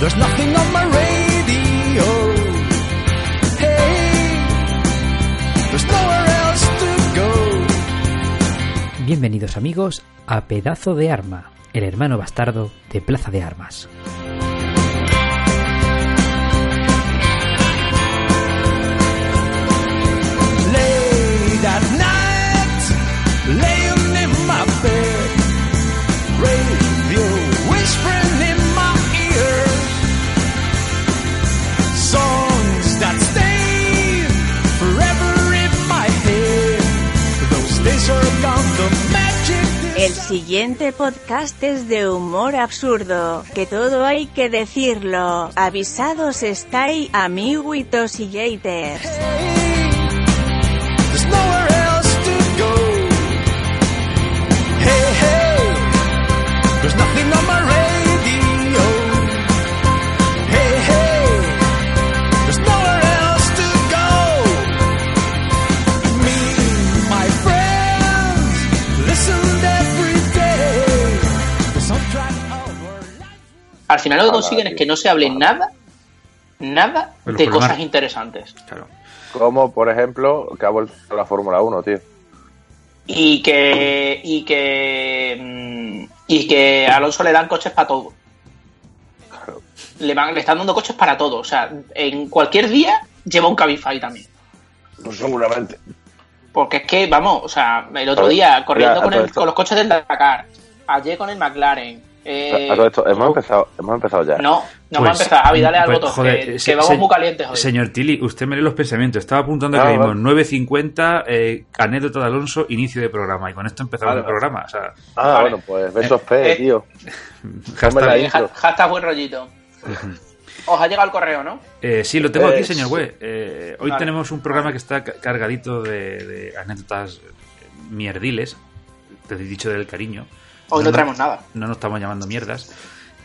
There's nothing on my radio. Hey, there's nowhere else to go. Bienvenidos amigos a Pedazo de Arma, el hermano bastardo de Plaza de Armas. Late at night, laying in my bed, radio whispering in my ear, songs that stay forever in my head. Those days are gone, the magic. El siguiente podcast es de humor absurdo, que todo hay que decirlo. Avisados estáis, amiguitos y haters. There's nowhere else to go. Hey, hey, there's nothing on my radio. Hey, hey, there's nowhere else to go. Me, my friends, listened every day. The soundtrack of our life. Al final lo que consiguen es que no se hable nada Pero de problemas- cosas interesantes. Claro. Como, por ejemplo, que ha vuelto a la Fórmula 1, tío. Y que a Alonso le dan coches para todo. Claro. Le están dando coches para todo. O sea, en cualquier día lleva un Cabify también. Pues seguramente. Porque es que, vamos, o sea, el otro A ver, día corriendo mira, a todo esto. con los coches del Dakar, ayer con el McLaren. A todo esto, hemos empezado ya. No Pues, vamos a empezar. Javi, dale al pues, botón, joder, que vamos muy calientes hoy. Señor Tilly, usted me lee los pensamientos. Estaba apuntando Ah, que mismo vale. 9:50, anécdota de Alonso, inicio de programa. Y con esto empezamos Vale, el vale. programa. O sea, Ah, Vale. bueno, pues besos P, tío. hashtag- la Bien, intro. hashtag buen rollito. Os ha llegado el correo, ¿no? sí, lo tengo aquí, Es- señor Güey. Hoy Vale. tenemos un programa que está cargadito de anécdotas mierdiles, te he dicho del cariño. Hoy no traemos nada. No nos estamos llamando mierdas.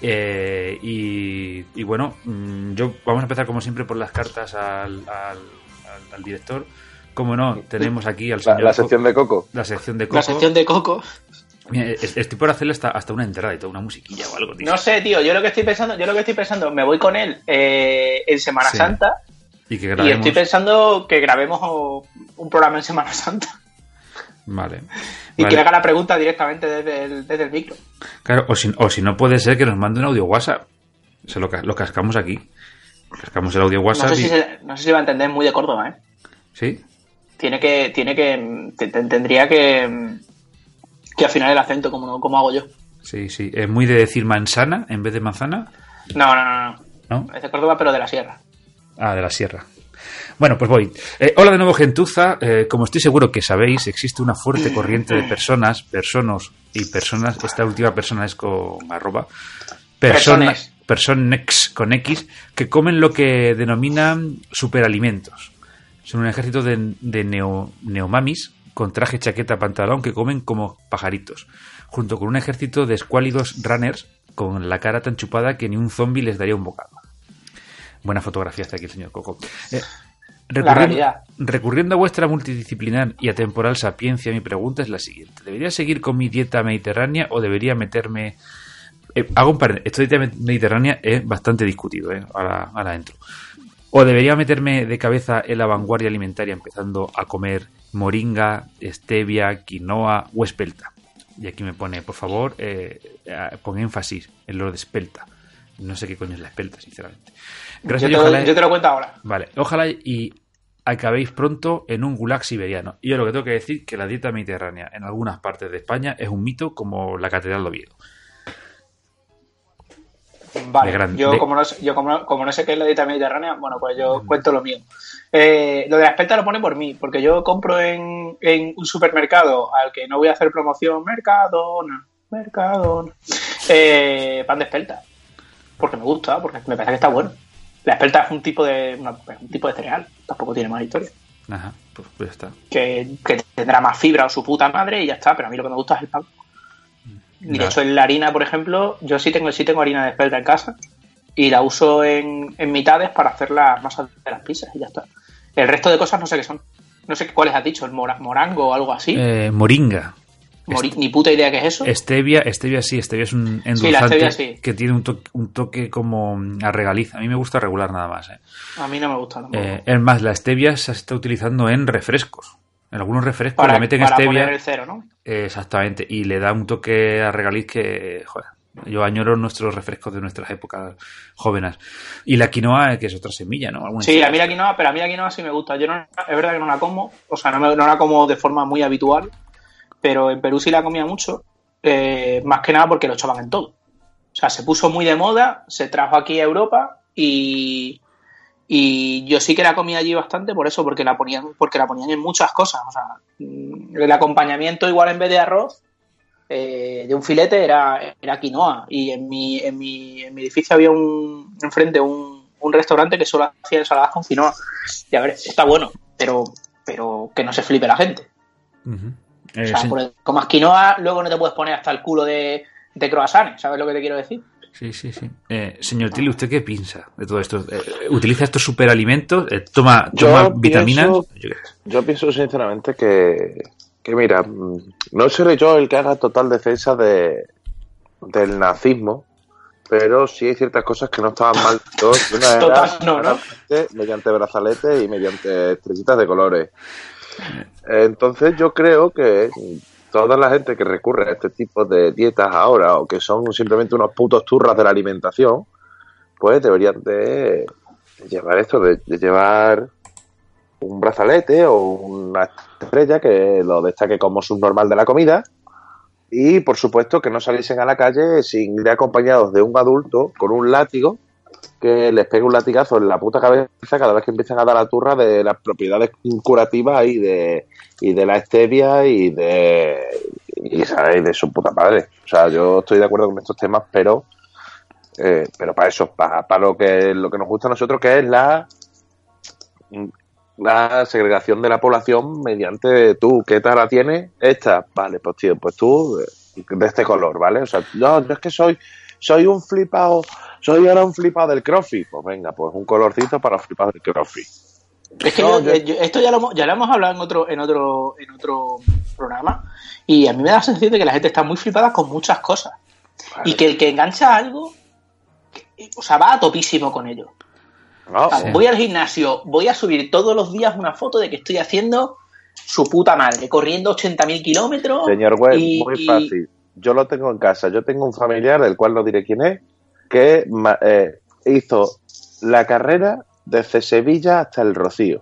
Y bueno, vamos a empezar como siempre por las cartas al director. Como no, tenemos aquí al señor La sección de Coco. la sección de Coco. La sección de Coco. Mira, estoy por hacerle hasta una entrada y toda una musiquilla o algo, tío. No sé, tío, yo lo que estoy pensando, me voy con él en Semana Sí. Santa Y que y grabemos. estoy pensando que grabemos un programa en Semana Santa Vale. y Vale. que haga la pregunta directamente desde el micro. Claro, o si no puede ser que nos mande un audio WhatsApp. Se lo cascamos aquí. Cascamos el audio No WhatsApp sé, no sé si va a entender muy de Córdoba, ¿eh? ¿Sí? Tendría que afinar el acento como hago yo. Sí. Es muy de decir manzana en vez de manzana, No. ¿no? Es de Córdoba, pero de la sierra. Ah, de la sierra. Bueno, pues voy. Hola de nuevo, gentuza. Como estoy seguro que sabéis, existe una fuerte corriente de personas, esta última persona es con arroba, personex con X, que comen lo que denominan superalimentos. Son un ejército de neomamis con traje, chaqueta, pantalón que comen como pajaritos, junto con un ejército de escuálidos runners con la cara tan chupada que ni un zombie les daría un bocado. Buena fotografía hasta aquí el señor Coco. realidad. Recurriendo a vuestra multidisciplinar y atemporal sapiencia, mi pregunta es la siguiente. ¿Debería seguir con mi dieta mediterránea o debería meterme... hago un par... Esto de dieta mediterránea es bastante discutido, ahora entro. ¿O debería meterme de cabeza en la vanguardia alimentaria empezando a comer moringa, stevia, quinoa o espelta? Y aquí me pone, por favor, pon énfasis en lo de espelta. No sé qué coño es la espelta, sinceramente. Gracias, Yo ojalá... te lo cuento ahora. Vale, ojalá y acabéis pronto en un gulag siberiano. Y yo lo que tengo que decir que la dieta mediterránea en algunas partes de España es un mito como la Catedral de Oviedo. Vale, De grande. yo como no sé qué es la dieta mediterránea, bueno, pues yo cuento lo mío. Lo de la espelta lo pone por mí, porque yo compro en un supermercado al que no voy a hacer promoción, Mercadona, pan de espelta, porque me gusta, porque me parece que está bueno. La espelta es un tipo de cereal, tampoco tiene más historia. Ajá, pues ya está. Que tendrá más fibra o su puta madre y ya está, pero a mí lo que me gusta es el pan. Y de Nada. hecho en la harina, por ejemplo, yo sí tengo harina de espelta en casa y la uso en mitades para hacer las masas de las pizzas y ya está. El resto de cosas no sé qué son. No sé cuáles has dicho, el morango o algo así. Moringa. Ni puta idea qué es eso. Stevia sí, Stevia es un endulzante Sí, la stevia sí. que tiene un toque como a regaliza. A mí me gusta regular nada más. A mí no me gusta. No. Es más, la stevia se está utilizando en refrescos. En algunos refrescos le meten para stevia. Poner el cero, ¿no? Exactamente, y le da un toque a regaliz que, joder, yo añoro nuestros refrescos de nuestras épocas jóvenes. Y la quinoa, que es otra semilla, ¿no? Sí, a mí la quinoa sí me gusta. Yo no, es verdad que no la como, o sea, no la como de forma muy habitual, pero en Perú sí la comía mucho, más que nada porque lo echaban en todo. O sea, se puso muy de moda, se trajo aquí a Europa y yo sí que la comía allí bastante por eso, porque la ponían en muchas cosas. O sea, el acompañamiento igual en vez de arroz de un filete era quinoa. Y en mi edificio había enfrente un restaurante que solo hacía ensaladas con quinoa. Y a ver, está bueno, pero que no se flipe la gente. Uh-huh. O sea, sí. Comas quinoa, luego no te puedes poner hasta el culo de croissants, ¿sabes lo que te quiero decir? Sí. Señor Tilly, ¿usted qué piensa de todo esto? ¿Utiliza estos superalimentos? ¿Toma vitaminas? Yo pienso sinceramente que mira, no seré yo el que haga total defensa del nazismo, pero sí hay ciertas cosas que no estaban mal. Una era mediante brazaletes y mediante estrellitas de colores. Entonces yo creo que toda la gente que recurre a este tipo de dietas ahora, o que son simplemente unos putos turras de la alimentación, pues deberían de llevar esto, de llevar un brazalete o una estrella que lo destaque como subnormal de la comida, y por supuesto que no saliesen a la calle sin ir acompañados de un adulto con un látigo que les pegue un latigazo en la puta cabeza cada vez que empiezan a dar la turra de las propiedades curativas y de la stevia y de su puta madre. O sea, yo estoy de acuerdo con estos temas, pero para eso, para lo que nos gusta a nosotros, que es la segregación de la población mediante tú, ¿qué tal la tienes? Esta, vale, pues tío, pues tú de este color, ¿vale? O sea, no es que soy un flipado, soy ahora un flipado del CrossFit. Pues venga, pues un colorcito para los flipados del CrossFit. Es que esto ya lo hemos hablado en otro programa, y a mí me da la sensación de que la gente está muy flipada con muchas cosas. Vale. Y que el que engancha algo, o sea, va a topísimo con ello. No, sí. Voy al gimnasio, voy a subir todos los días una foto de que estoy haciendo su puta madre, corriendo 80.000 kilómetros. Señor Webb, muy fácil. Yo lo tengo en casa. Yo tengo un familiar, del cual no diré quién es, que hizo la carrera desde Sevilla hasta el Rocío.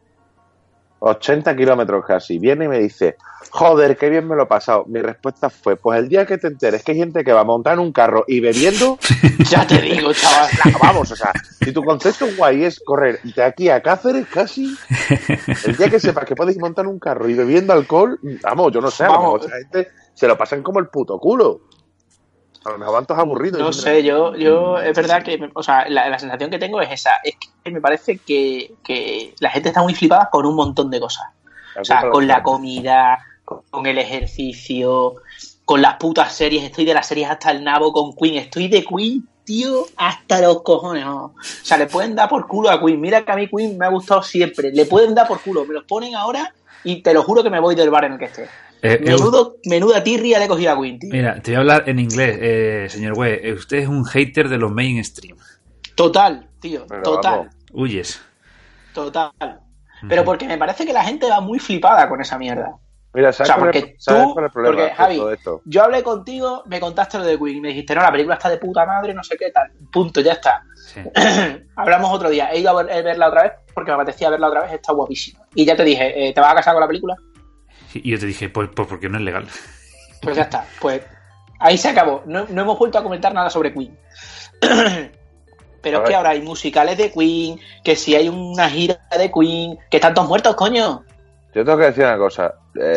80 kilómetros casi. Viene y me dice, joder, qué bien me lo he pasado. Mi respuesta fue, pues el día que te enteres que hay gente que va a montar en un carro y bebiendo, ya te digo, chaval, vamos, o sea, si tu concepto guay es correr de aquí a Cáceres casi, el día que sepas que puedes montar en un carro y bebiendo alcohol, vamos, yo no sé, a lo mejor esa gente se lo pasan como el puto culo. A lo mejor van todos aburridos. No sé, yo es verdad que, o sea, la sensación que tengo es esa. Es que me parece que la gente está muy flipada con un montón de cosas. O sea, con la comida, con el ejercicio, con las putas series. Estoy de las series hasta el nabo con Queen. Estoy de Queen, tío, hasta los cojones, ¿no? O sea, le pueden dar por culo a Queen. Mira que a mí Queen me ha gustado siempre. Le pueden dar por culo. Me los ponen ahora y te lo juro que me voy del bar en el que esté. Menuda tirria le he cogido a Queen, tío. Mira, te voy a hablar en inglés, señor Webb. Usted es un hater de los mainstream. Total, tío, pero total. Vamos. Huyes. Total. Pero porque me parece que la gente va muy flipada con esa mierda. Mira, ¿sabes cuál es el problema? Porque, Javi, yo hablé contigo, me contaste lo de Queen y me dijiste, no, la película está de puta madre, no sé qué tal. Punto, ya está. Sí. Hablamos otro día. He ido a verla otra vez porque me apetecía verla otra vez, está guapísima. Y ya te dije, ¿te vas a casar con la película? Y yo te dije, pues porque no es legal. Pues ya está, pues ahí se acabó. No hemos vuelto a comentar nada sobre Queen. Pero es que ahora hay musicales de Queen, que si hay una gira de Queen, que están todos muertos, coño. Yo tengo que decir una cosa.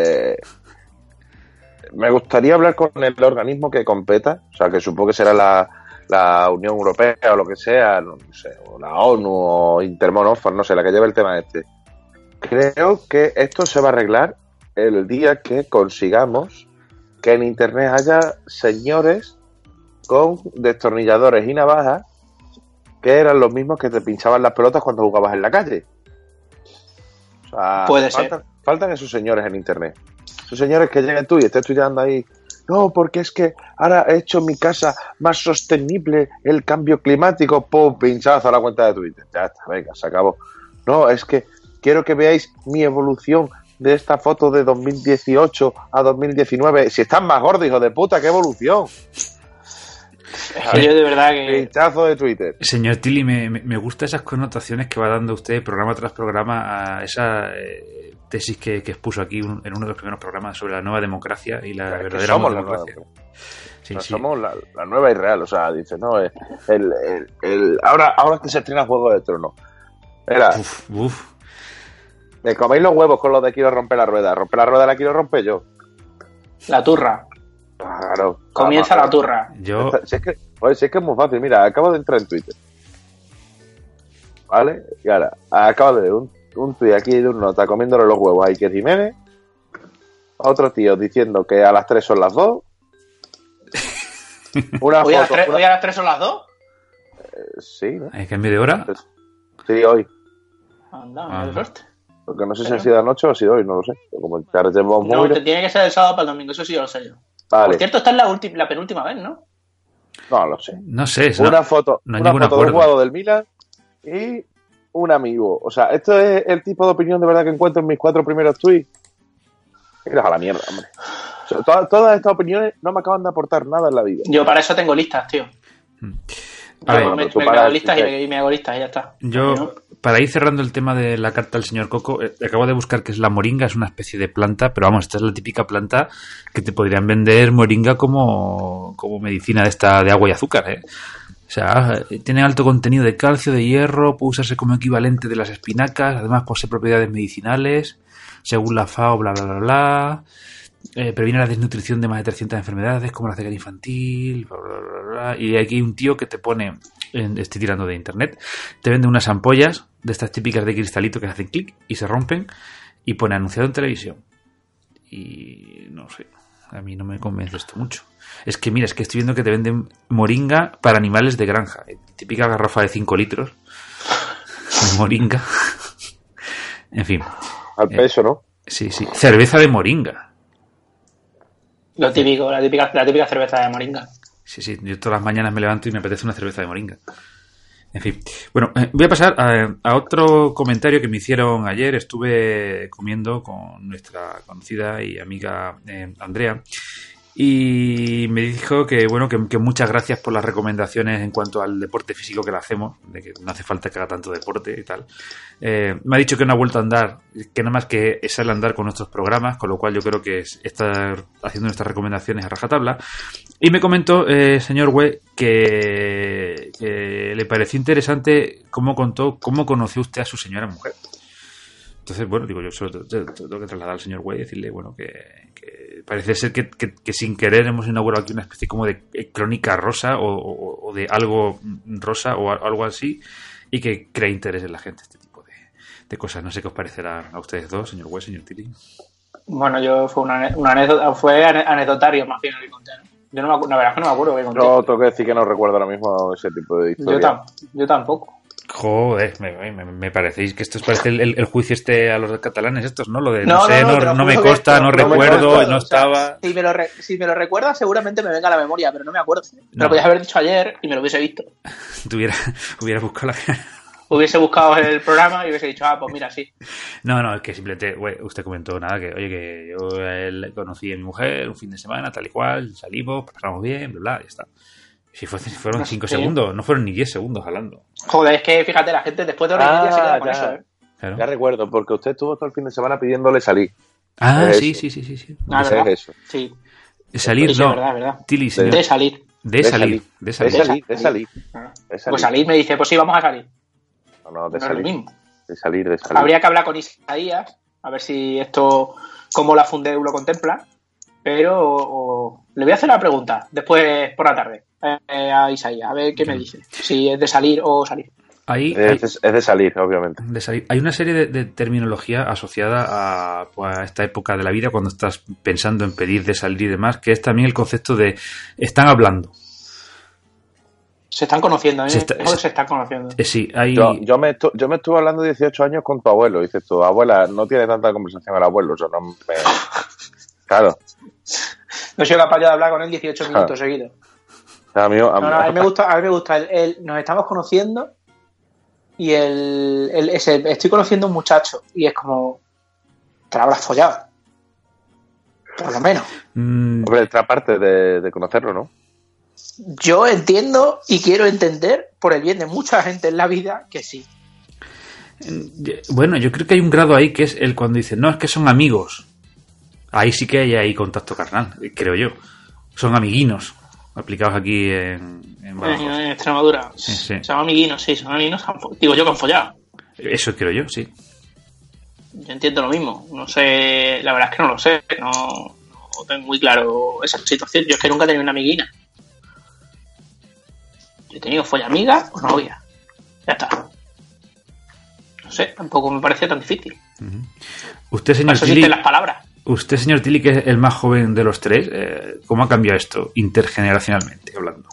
Me gustaría hablar con el organismo que competa, o sea, que supongo que será la Unión Europea o lo que sea, no sé, o la ONU o Intermonofar, no sé, la que lleve el tema este. Creo que esto se va a arreglar el día que consigamos que en internet haya señores con destornilladores y navajas que eran los mismos que te pinchaban las pelotas cuando jugabas en la calle. O sea, puede ser. Faltan esos señores en internet. Esos señores que lleguen tú y estés tuiteando ahí, no, porque es que ahora he hecho mi casa más sostenible, el cambio climático, ¡pum! Pinchazo a la cuenta de Twitter. Ya está, venga, se acabó. No, es que quiero que veáis mi evolución de esta foto de 2018 a 2019. Si estás más gordo, hijo de puta, ¡qué evolución! Yo de verdad que... Pinchazo de Twitter. Señor Tilly, me gustan esas connotaciones que va dando usted programa tras programa a esa tesis que expuso aquí en uno de los primeros programas sobre la nueva democracia y la verdadera somos democracia. Sí. Somos la nueva y real. O sea, dice, no, ahora que se estrena Juego de Tronos. Era, me coméis los huevos con lo de quiero romper la rueda. Romper la rueda la quiero romper yo. La turra. Claro. Comienza la turra. Si es que es muy fácil. Mira, acabo de entrar en Twitter. ¿Vale? Y ahora, acabo de ver un tuit aquí de un nota comiéndole los huevos a Iker Jiménez. Otro tío diciendo que a las 3 son las 2. ¿Hoy a las 3 son las 2? Sí, ¿no? ¿Hay cambio de hora? Sí, hoy. Anda, suerte. Porque no sé si ha sido anoche o ha sido hoy, no lo sé. Como no, te tiene que ser el sábado para el domingo, eso sí yo lo sé yo. Vale. Por cierto, esta es la penúltima vez, ¿no? No lo sé. No sé. Una foto de un jugador del Milan y un amigo. O sea, esto es el tipo de opinión de verdad que encuentro en mis 4 primeros tweets. Iros a la mierda, hombre. O sea, todas estas opiniones no me acaban de aportar nada en la vida. Yo para eso tengo listas, tío. A ver, me hago listas y me hago listas y ya está. Yo, para ir cerrando el tema de la carta del señor Coco, acabo de buscar que es la moringa, es una especie de planta, pero vamos, esta es la típica planta que te podrían vender moringa como medicina de agua y azúcar, ¿eh? O sea, tiene alto contenido de calcio, de hierro, puede usarse como equivalente de las espinacas, además posee propiedades medicinales, según la FAO, bla, bla, bla, bla. Previene la desnutrición de más de 300 enfermedades como la ceguera infantil, bla, bla, bla, bla. Y aquí hay un tío que te pone, estoy tirando de internet, te vende unas ampollas de estas típicas de cristalito que hacen clic y se rompen y pone anunciado en televisión. Y no sé, a mí no me convence esto mucho. Es que mira, es que estoy viendo que te venden moringa para animales de granja, típica garrafa de 5 litros de moringa. En fin. Al peso, ¿no? Sí, cerveza de moringa. Lo típico, la típica cerveza de moringa. Sí, yo todas las mañanas me levanto y me apetece una cerveza de moringa. En fin, bueno, voy a pasar a otro comentario que me hicieron ayer. Estuve comiendo con nuestra conocida y amiga Andrea y me dijo que bueno que muchas gracias por las recomendaciones en cuanto al deporte físico que le hacemos, de que no hace falta que haga tanto deporte y tal. Me ha dicho que no ha vuelto a andar, que nada más que sale a andar con nuestros programas, con lo cual yo creo que es estar haciendo nuestras recomendaciones a rajatabla. Y me comentó, señor Güey, que le pareció interesante cómo conoció usted a su señora mujer. Entonces, bueno, digo, yo solo tengo que trasladar al señor Güey y decirle, bueno, que parece ser que sin querer hemos inaugurado aquí una especie como de crónica rosa o de algo rosa o algo así, y que crea interés en la gente este tipo de cosas. No sé qué os parecerá a ustedes dos, señor Güey, señor Tilly. Bueno, fue una anécdota, fue anecdotario más bien lo que conté, ¿no? Yo no me acuerdo, la verdad es que no me acuerdo qué conté. No, tengo que decir que no recuerdo ahora mismo ese tipo de historia. Yo tampoco. Joder, me parecéis que esto parece el juicio a los catalanes estos, ¿no? Lo de no me consta, no recuerdo, no estaba... Si me lo recuerdas seguramente me venga a la memoria, pero no me acuerdo. Me lo podías haber dicho ayer y me lo hubiese visto. Hubiera buscado Hubiese buscado el programa y hubiese dicho, pues mira, sí. No, es que simplemente, güey, usted comentó nada, que yo conocí a mi mujer un fin de semana, tal y cual, salimos, pasamos bien, bla, bla, ya está. Si fueron 5 segundos, no fueron ni 10 segundos hablando. Joder, es que fíjate, la gente después de hora y media se queda con eso, ¿eh? Claro. Ya recuerdo, porque usted estuvo todo el fin de semana pidiéndole salir. Sí. ¿Verdad? Es eso. Sí. Salir, sí, no. Verdad. Tilly, de salir. De salir. Pues salir me dice, pues sí, vamos a salir. No, de no salir. Es lo mismo. De salir. Habría que hablar con Isaías, a ver si esto, cómo la Fundeu lo contempla, pero le voy a hacer la pregunta después por la tarde a Isaías, a ver qué me dice, si es de salir o salir. Es de salir, obviamente. De salir. Hay una serie de terminología asociada a esta época de la vida cuando estás pensando en pedir de salir y demás, que es también el concepto de están hablando. Se están conociendo, se están conociendo. Sí, hay... yo me estuve hablando 18 años con tu abuelo. Dices tú, abuela, no tiene tanta conversación el abuelo. O sea, no me... Claro. No he sido capaz yo de hablar con él 18 minutos seguidos. A mí A mí me gusta nos estamos conociendo y estoy conociendo a un muchacho y es como, te lo habrás follado. Por lo menos. Hombre, otra parte de conocerlo, ¿no? Yo entiendo y quiero entender, por el bien de mucha gente en la vida, que sí. Bueno, yo creo que hay un grado ahí que es el cuando dicen, no, es que son amigos. Ahí sí que hay ahí contacto carnal, creo yo. Son amiguinos, aplicados aquí en Extremadura. Sí. Son amiguinos, sí, son amiguinos. Digo yo que han follado. Eso creo yo, sí. Yo entiendo lo mismo. No sé, la verdad es que no lo sé. No tengo muy claro esa situación. Yo es que nunca he tenido una amiguina. Yo he tenido follamiga o novia. Ya está. No sé, tampoco me parece tan difícil. Usted, señor Eso Tilly, existen las palabras. usted, señor Tilly, que es el más joven de los tres, ¿cómo ha cambiado esto intergeneracionalmente hablando?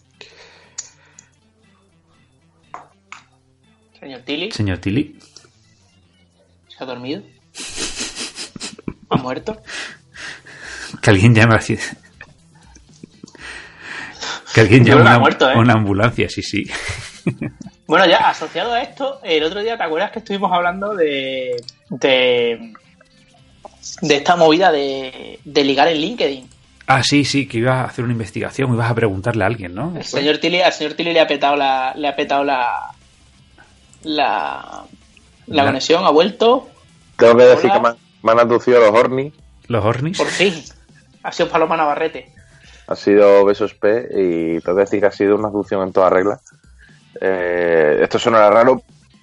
Señor Tilly, Señor Tilly. ¿se ha dormido? ¿Ha muerto? Que alguien llame así. Que alguien Yo creo llame que ha muerto, ¿eh? una ambulancia, sí. Bueno, ya asociado a esto, el otro día, ¿te acuerdas que estuvimos hablando de esta movida de ligar en LinkedIn? Ah, sí, que iba a hacer una investigación, ibas a preguntarle a alguien, ¿no? Al señor Tilly le ha petado la conexión, ha vuelto. Tengo que decir Hola. que me han aducido los horny. ¿Los hornis? Por fin. Ha sido Paloma Navarrete. Ha sido Besos P y tengo que decir que ha sido una aducción en toda regla. Esto sonará raro.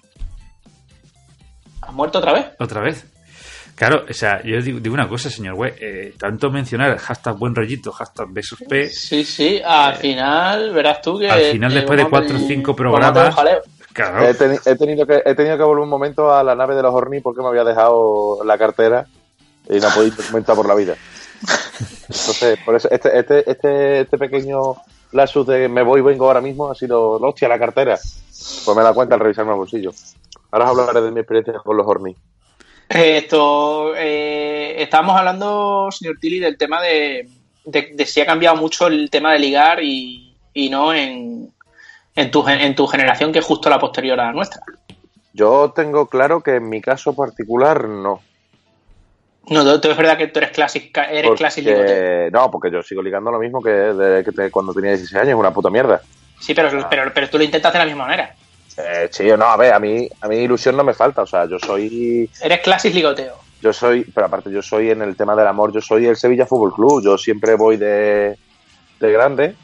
¿Has muerto otra vez? ¿Otra vez? Claro, o sea, yo digo una cosa, señor güey. Tanto mencionar hashtag buen rollito, hashtag besos P. Sí, al final, verás tú que... Al final, después de 4 o 5 programas... Claro. He tenido que volver un momento a la nave de los horny porque me había dejado la cartera y no podía comentar por la vida. Entonces, por eso este pequeño lapsus de me voy, vengo ahora mismo ha sido, hostia, la cartera. Pues me da cuenta al revisarme el bolsillo. Ahora os hablaré de mi experiencia con los horny. Estábamos hablando, señor Tilly, del tema de si ha cambiado mucho el tema de ligar y no en tu generación, que es justo la posterior a la nuestra. Yo tengo claro que en mi caso particular no. No, es verdad que tú eres clásico ligoteo. No, porque yo sigo ligando lo mismo que cuando tenía 16 años, una puta mierda. Sí, pero tú lo intentas de la misma manera. Sí, no, a ver, a mí ilusión no me falta, o sea, yo soy... Eres clásico ligoteo. Pero aparte yo soy en el tema del amor, yo soy el Sevilla Fútbol Club, yo siempre voy de grande,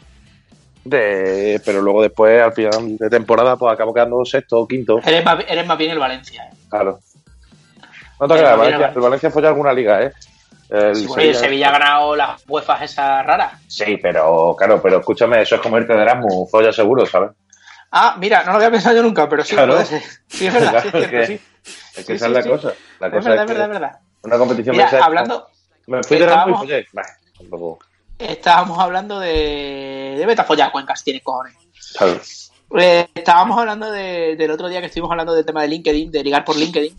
pero luego después, al final de temporada, pues acabo quedando sexto o quinto. Eres más bien el Valencia, ¿eh? Claro. No te creas, el Valencia folla alguna liga, ¿eh? El Sevilla ha ganado las UEFAs esas raras. Sí, pero escúchame, eso es como irte de Erasmus, folla seguro, ¿sabes? Ah, mira, no lo había pensado yo nunca, pero sí, claro. Puede ser. Sí, es verdad, Claro, sí, es cierto, sí. Es que esa es la cosa. La cosa Es verdad. Una competición Mira, de esa... hablando... Me fui de Erasmus y follé. Tampoco... Estábamos hablando de vete a follar, Cuencas, tienes cojones. Claro. Estábamos hablando del otro día que estuvimos hablando del tema de LinkedIn, de ligar por LinkedIn.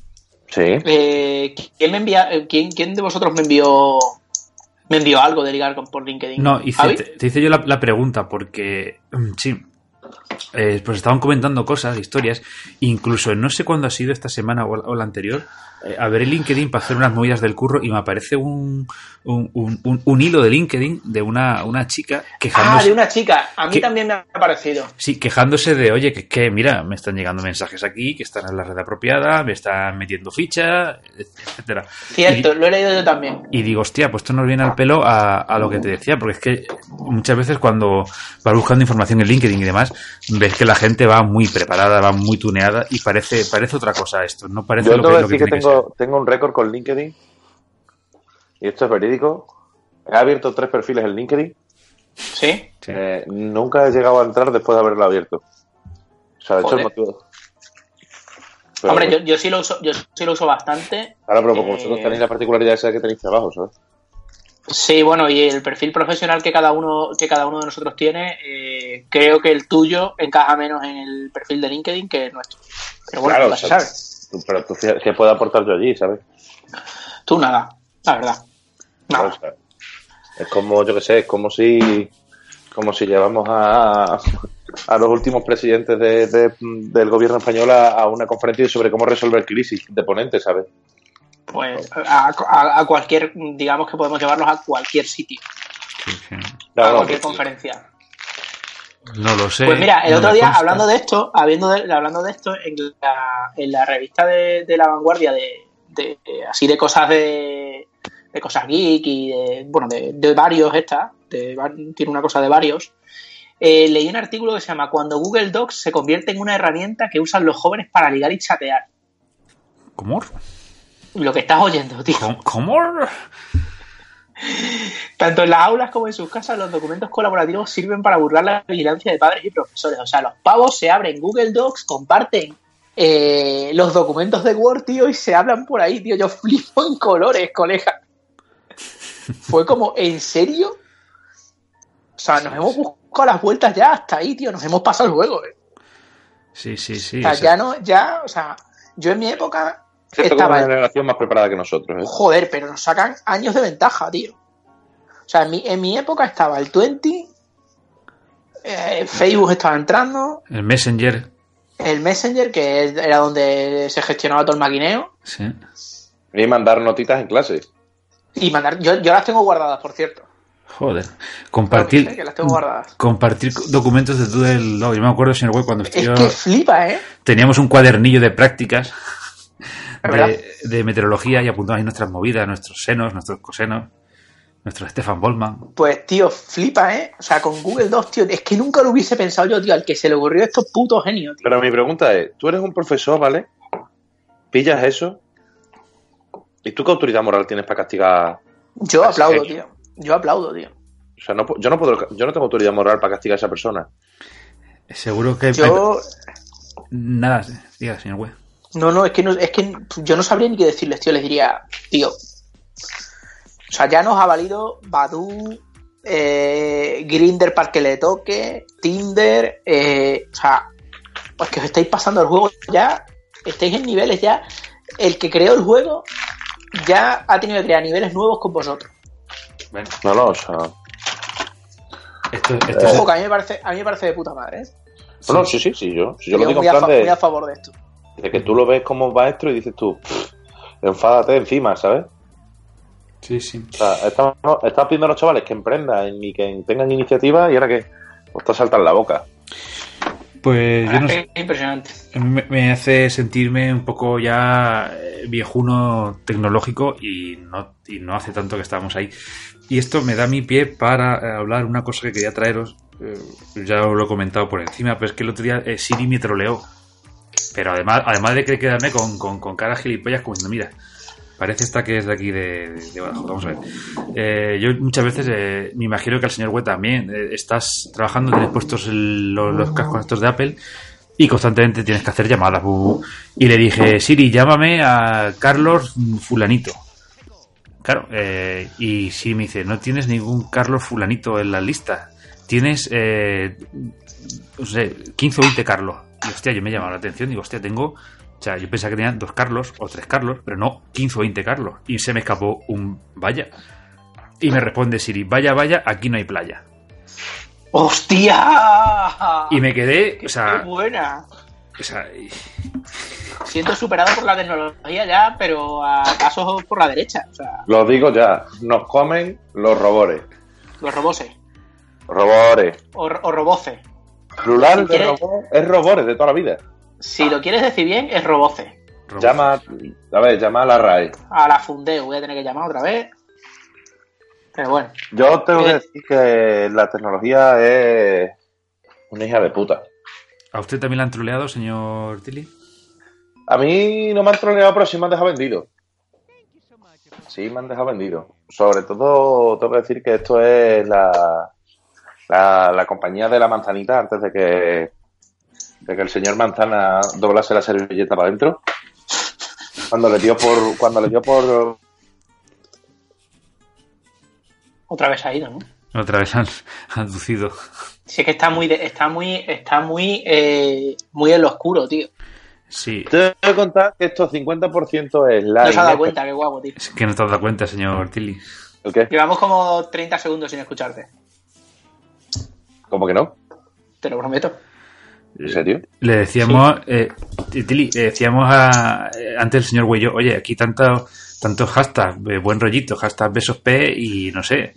Sí. ¿Quién de vosotros me envió algo de ligar por LinkedIn? No, te hice yo la pregunta porque sí, pues estaban comentando cosas, historias, incluso no sé cuándo ha sido esta semana o la anterior, abrí LinkedIn para hacer unas movidas del curro y me aparece un hilo de LinkedIn de una chica quejándose. De una chica, a mí también me ha aparecido. Sí, quejándose de, oye, que mira, me están llegando mensajes aquí, que están en la red apropiada, me están metiendo ficha, etcétera. Cierto, lo he leído yo también. Y digo, hostia, pues esto nos viene al pelo a lo que te decía, porque es que muchas veces cuando vas buscando información en LinkedIn y demás, ves que la gente va muy preparada, va muy tuneada y parece otra cosa esto, no parece lo que tiene que ser. Tengo un récord con LinkedIn y esto es verídico. He abierto 3 perfiles en LinkedIn. ¿Sí? Nunca he llegado a entrar después de haberlo abierto. O sea, de hecho el motivo... Pero, hombre, yo sí lo uso bastante. Claro, pero porque vosotros tenéis la particularidad esa que tenéis abajo, ¿sabes? Sí, bueno, y el perfil profesional que cada uno de nosotros tiene, creo que el tuyo encaja menos en el perfil de LinkedIn que el nuestro. Pero bueno, claro, nunca se sabe. Pero tú, ¿qué puedo aportar yo allí, sabes? Tú nada, la verdad. No. O sea, es como, yo qué sé, es como si llevamos a los últimos presidentes del gobierno español a una conferencia sobre cómo resolver crisis de ponentes, ¿sabes? Pues a cualquier, digamos que podemos llevarlos a cualquier sitio, Sí, sí. Claro, a cualquier sí. conferencia. No lo sé. Pues mira, el no otro me día, consta. hablando de esto, en la revista de La Vanguardia así de cosas de cosas geek y de varios tiene una cosa de varios. Leí un artículo que se llama "Cuando Google Docs se convierte en una herramienta que usan los jóvenes para ligar y chatear". ¿Cómo? Lo que estás oyendo, tío. ¿Cómo? Tanto en las aulas como en sus casas, los documentos colaborativos sirven para burlar la vigilancia de padres y profesores. O sea, los pavos se abren Google Docs, comparten los documentos de Word, tío, y se hablan por ahí, tío. Yo flipo en colores, colega. Fue como, ¿en serio? O sea, nos hemos buscado las vueltas ya hasta ahí, tío. Nos hemos pasado el juego, Sí. O sea, o sea, yo en mi época Esto como estaba una generación más preparada que nosotros, ¿eh? Joder, pero nos sacan años de ventaja, tío. O sea, en mi época estaba el 20, Facebook estaba entrando, El Messenger. el Messenger, que era donde se gestionaba todo el maquineo, Sí. Y mandar notitas en clase. y mandar. Yo las tengo guardadas, por cierto. Joder. Claro Compartir. que las tengo guardadas. Compartir documentos de Doodle. No, yo me acuerdo, señor Web, cuando Es que flipa, ¿eh? teníamos un cuadernillo de prácticas ¿Es verdad? de meteorología y apuntamos ahí nuestras movidas, nuestros senos, nuestros cosenos, nuestro Stefan Bollman. Pues, tío, flipa, ¿eh? O sea, con Google Docs, tío, es que nunca lo hubiese pensado yo, tío, al que se le ocurrió esto puto genio, tío. Pero mi pregunta es, tú eres un profesor, ¿vale? Pillas eso y tú qué autoridad moral tienes para castigar. Yo Así aplaudo, es. tío. Yo aplaudo, tío. O sea, yo no tengo autoridad moral para castigar a esa persona. Seguro que... Yo... Nada, diga, señor Web. No, es que yo no sabría ni qué decirles, tío. Les diría, tío, o sea, ya nos ha valido Badoo, Grindr para que le toque, Tinder, o sea, pues que os estáis pasando el juego ya, estáis en niveles ya. El que creó el juego ya ha tenido que crear niveles nuevos con vosotros. Bueno, No, o sea... esto Ojo, que a mí me parece de puta madre, ¿eh? No, sí, yo lo Yo digo muy, en plan muy a favor de esto. de que tú lo ves como maestro y dices tú, enfádate encima, ¿sabes? Sí. O sea, estás pidiendo a los chavales que emprendan y que tengan iniciativa y ahora que pues te saltan la boca. Pues yo no sé. Es impresionante. Me hace sentirme un poco ya viejuno tecnológico y no hace tanto que estábamos ahí. Y esto me da mi pie para hablar una cosa que quería traeros. Ya os lo he comentado por encima, pero es que el otro día Siri me troleó. Pero además de que quedarme con cara gilipollas, como diciendo, mira, parece esta que es de aquí de Badajoz. Vamos a ver. Yo muchas veces me imagino que al señor Web también estás trabajando, tienes puestos los cascos estos de Apple y constantemente tienes que hacer llamadas. Y le dije, Siri, llámame a Carlos Fulanito. Claro, y Siri me dice, no tienes ningún Carlos Fulanito en la lista. Tienes, no sé, 15 o 20 Carlos. Y hostia, yo me he llamado la atención. Digo, hostia, tengo... O sea, yo pensaba que tenían 2 Carlos o 3 Carlos, pero no, 15 o 20 Carlos. Y se me escapó un vaya. Y me responde Siri, vaya, aquí no hay playa. ¡Hostia! Y me quedé, o sea... ¡Qué buena! O sea, Siento superado por la tecnología ya, pero a pasos por la derecha. O sea, Lo digo ya, nos comen los robores. los roboses. Robores. O roboces. Plural Si de quieres- robor es robores de toda la vida. Si lo quieres decir bien, es roboces. Llama a la RAE. A la Fundeo voy a tener que llamar otra vez. Pero bueno. Yo tengo que decir que la tecnología es una hija de puta. ¿A usted también la han troleado, señor Tilly? A mí no me han troleado, pero sí me han dejado vendido. Sí, me han dejado vendido. Sobre todo, tengo que decir que esto es la compañía de la manzanita antes de que el señor Manzana doblase la servilleta para adentro. Cuando le dio por Otra vez ha ido, ¿no? Otra vez han aducido. Sí, es que está muy en lo oscuro, tío. Sí, Te voy a contar que esto 50% es No la se ha dado cuenta, qué guapo, tío. es que no te has dado cuenta, señor Tilly. ¿El qué? Llevamos como 30 segundos sin escucharte. ¿Cómo que no? Te lo prometo. ¿En serio? Le decíamos, Tili, le decíamos antes el señor Güello, oye, aquí tantos hashtags, buen rollito, hashtag besos P y no sé.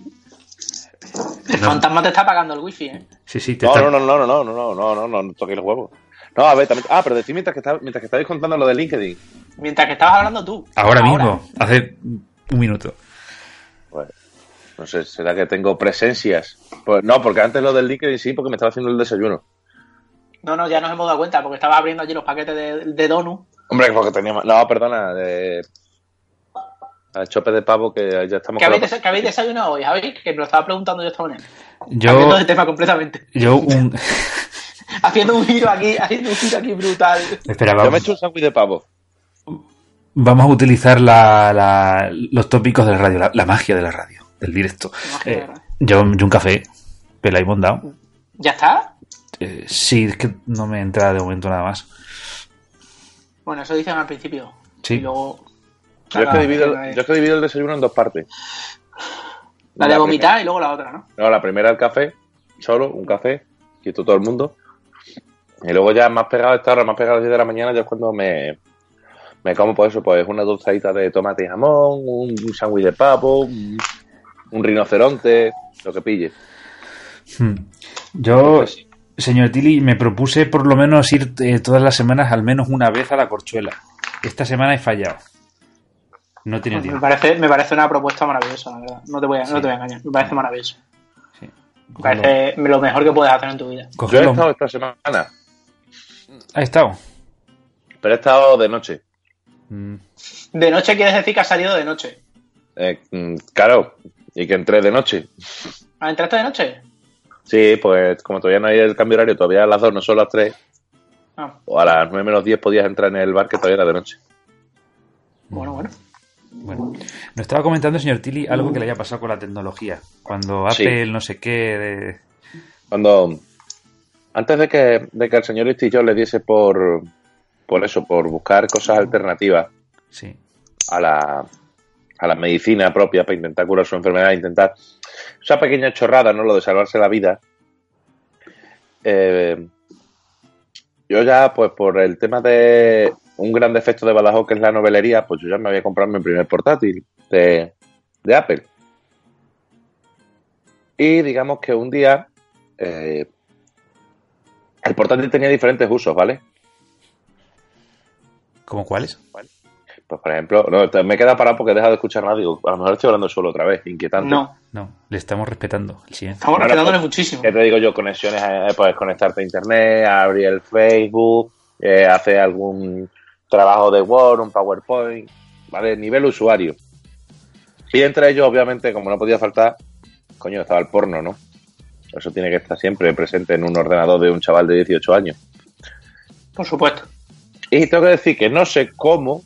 El fantasma te está apagando el wifi, ¿eh? Sí, No toquéis los huevos. No, a ver, también... pero decid mientras que estáis contando lo de LinkedIn. Mientras que estabas hablando tú. Ahora mismo, hace un minuto. Pues, no sé, ¿será que tengo presencias? Pues no, porque antes lo del LinkedIn sí, porque me estaba haciendo el desayuno. No, ya nos hemos dado cuenta, porque estabas abriendo allí los paquetes de donut. Hombre, porque teníamos... No, perdona, al chope de pavo que ya estamos... ¿Qué habéis desayunado hoy, Javi? Que me lo estaba preguntando yo esta mañana. Yo... Cambiando de tema completamente. Yo haciendo un giro aquí brutal. Espera, Yo me he hecho un sándwich de pavo. Vamos a utilizar los tópicos de la radio, la magia de la radio, del directo. Yo un café, pela y mondado. ¿Ya está? Sí, es que no me entra de momento nada más. Bueno, eso dicen al principio. Sí. Y luego... Yo es que divido el desayuno en dos partes. La de vomitar y luego la otra, ¿no? No, la primera el café, solo un café, quito todo el mundo. Y luego ya más pegado a esta hora, más pegado a las 10 de la mañana, ya es cuando me como pues eso, pues una tostadita de tomate y jamón, un sándwich de pavo, un rinoceronte, lo que pille. Yo, señor Tili, me propuse por lo menos ir todas las semanas al menos una vez a la Corchuela. Esta semana he fallado. No tiene tiempo. Me parece una propuesta maravillosa, la verdad. No te voy a engañar. Me parece maravilloso. Sí. Me parece lo mejor que puedes hacer en tu vida. Yo he estado esta semana. ¿Ha estado? Pero he estado de noche. ¿De noche quieres decir que has salido de noche? Claro, y que entré de noche. ¿Ah, entraste de noche? Sí, pues como todavía no hay el cambio horario, todavía a las 2, no son las 3. O a las 9 menos 10 podías entrar en el bar que todavía era de noche. Bueno. Bueno, nos estaba comentando, señor Tili, algo que le haya pasado con la tecnología. Cuando Apple no sé qué... Cuando... Antes de que el señor Steve Jobs le diese por buscar cosas alternativas a la medicina propia para intentar curar su enfermedad, intentar esa pequeña chorrada, ¿no? Lo de salvarse la vida. Yo ya, pues por el tema de un gran defecto de Badajoz, que es la novelería, pues yo ya me había comprado mi primer portátil de Apple. Y digamos que un día el portátil tenía diferentes usos, ¿vale? ¿Cómo cuáles? Pues por ejemplo, no, me he quedado parado porque he dejado de escuchar radio. A lo mejor estoy hablando solo otra vez, inquietante. No, le estamos respetando el silencio. Estamos respetándole muchísimo. ¿Qué te digo yo? Conexiones, puedes conectarte a internet, abrir el Facebook, hacer algún trabajo de Word, un PowerPoint, ¿vale? Nivel usuario. Y entre ellos, obviamente, como no podía faltar, estaba el porno, ¿no? Eso tiene que estar siempre presente en un ordenador de un chaval de 18 años. Por supuesto. Y tengo que decir que no sé cómo,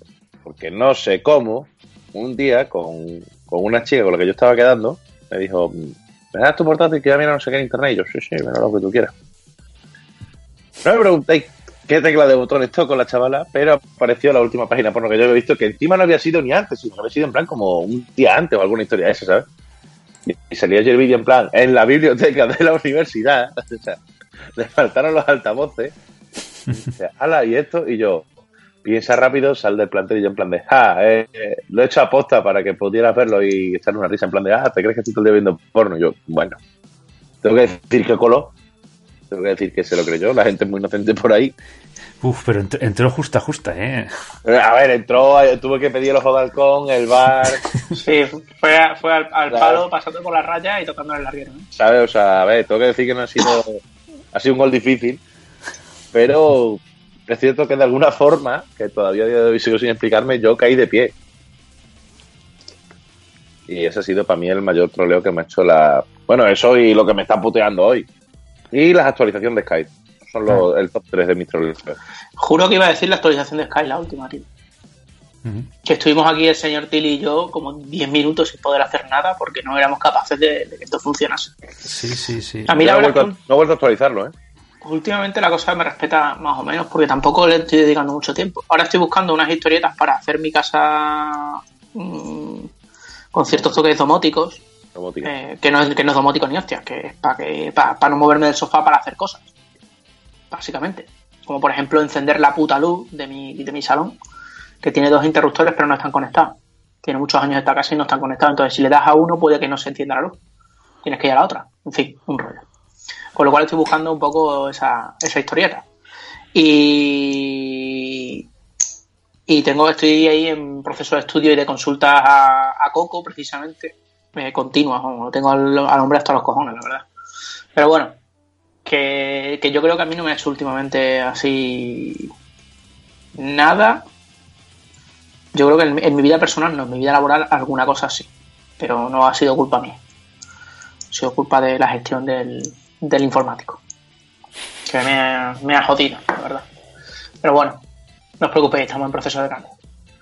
un día con una chica con la que yo estaba quedando, me dijo, ¿me das tu portátil que ya mira no sé qué en internet? Y yo, sí, mira lo que tú quieras. No me preguntéis qué tecla de botones toco la chavala, pero apareció la última página porno que yo había visto, que encima no había sido ni antes, sino que había sido en plan como un día antes o alguna historia de esa, ¿sabes? Y salía yo el vídeo en plan, en la biblioteca de la universidad, o sea, le faltaron los altavoces, y dice, ala, y esto, y yo, piensa rápido, sal del plantel, y yo en plan de, lo he hecho a posta para que pudieras verlo y echar una risa en plan de, ¿te crees que estoy todo el día viendo porno? Y yo, bueno, tengo que decir que coló, tengo que decir que se lo creyó, la gente es muy inocente por ahí. Uf, pero entró justa, ¿eh? A ver, entró, tuve que pedir el ojo de halcón, el bar... Sí, fue al palo, pasando por la raya y tocando el larguero, ¿no? ¿Sabes? O sea, a ver, tengo que decir que no ha sido un gol difícil, pero es cierto que de alguna forma, que todavía a día de hoy sigo sin explicarme, yo caí de pie. Y ese ha sido para mí el mayor troleo que me ha hecho Bueno, eso y lo que me está puteando hoy. Y las actualizaciones de Skype. Son el top 3 de mis troleos. Juro que iba a decir la actualización de Skype, la última, tío. Que estuvimos aquí el señor Tilly y yo como 10 minutos sin poder hacer nada porque no éramos capaces de que esto funcionase. Sí. A mí no he vuelto a actualizarlo, ¿eh? Últimamente la cosa me respeta más o menos porque tampoco le estoy dedicando mucho tiempo. Ahora estoy buscando unas historietas para hacer mi casa con ciertos toques domóticos, que no es domótico ni hostia, que es para no moverme del sofá para hacer cosas, básicamente. Como por ejemplo encender la puta luz de mi salón, que tiene 2 interruptores pero no están conectados. Tiene muchos años esta casa y no están conectados. Entonces si le das a uno puede que no se encienda la luz. Tienes que ir a la otra. En fin, un rollo. Con lo cual estoy buscando un poco esa historieta. Y estoy ahí en proceso de estudio y de consultas a Coco, precisamente, continuas. Lo tengo al hombre hasta los cojones, la verdad. Pero bueno, que yo creo que a mí no me ha hecho últimamente así nada. Yo creo que en mi vida personal, no, en mi vida laboral, alguna cosa sí. Pero no ha sido culpa mía. Ha sido culpa de la gestión del informático. Que me ha jodido, la verdad. Pero bueno, no os preocupéis, estamos en proceso de cambio.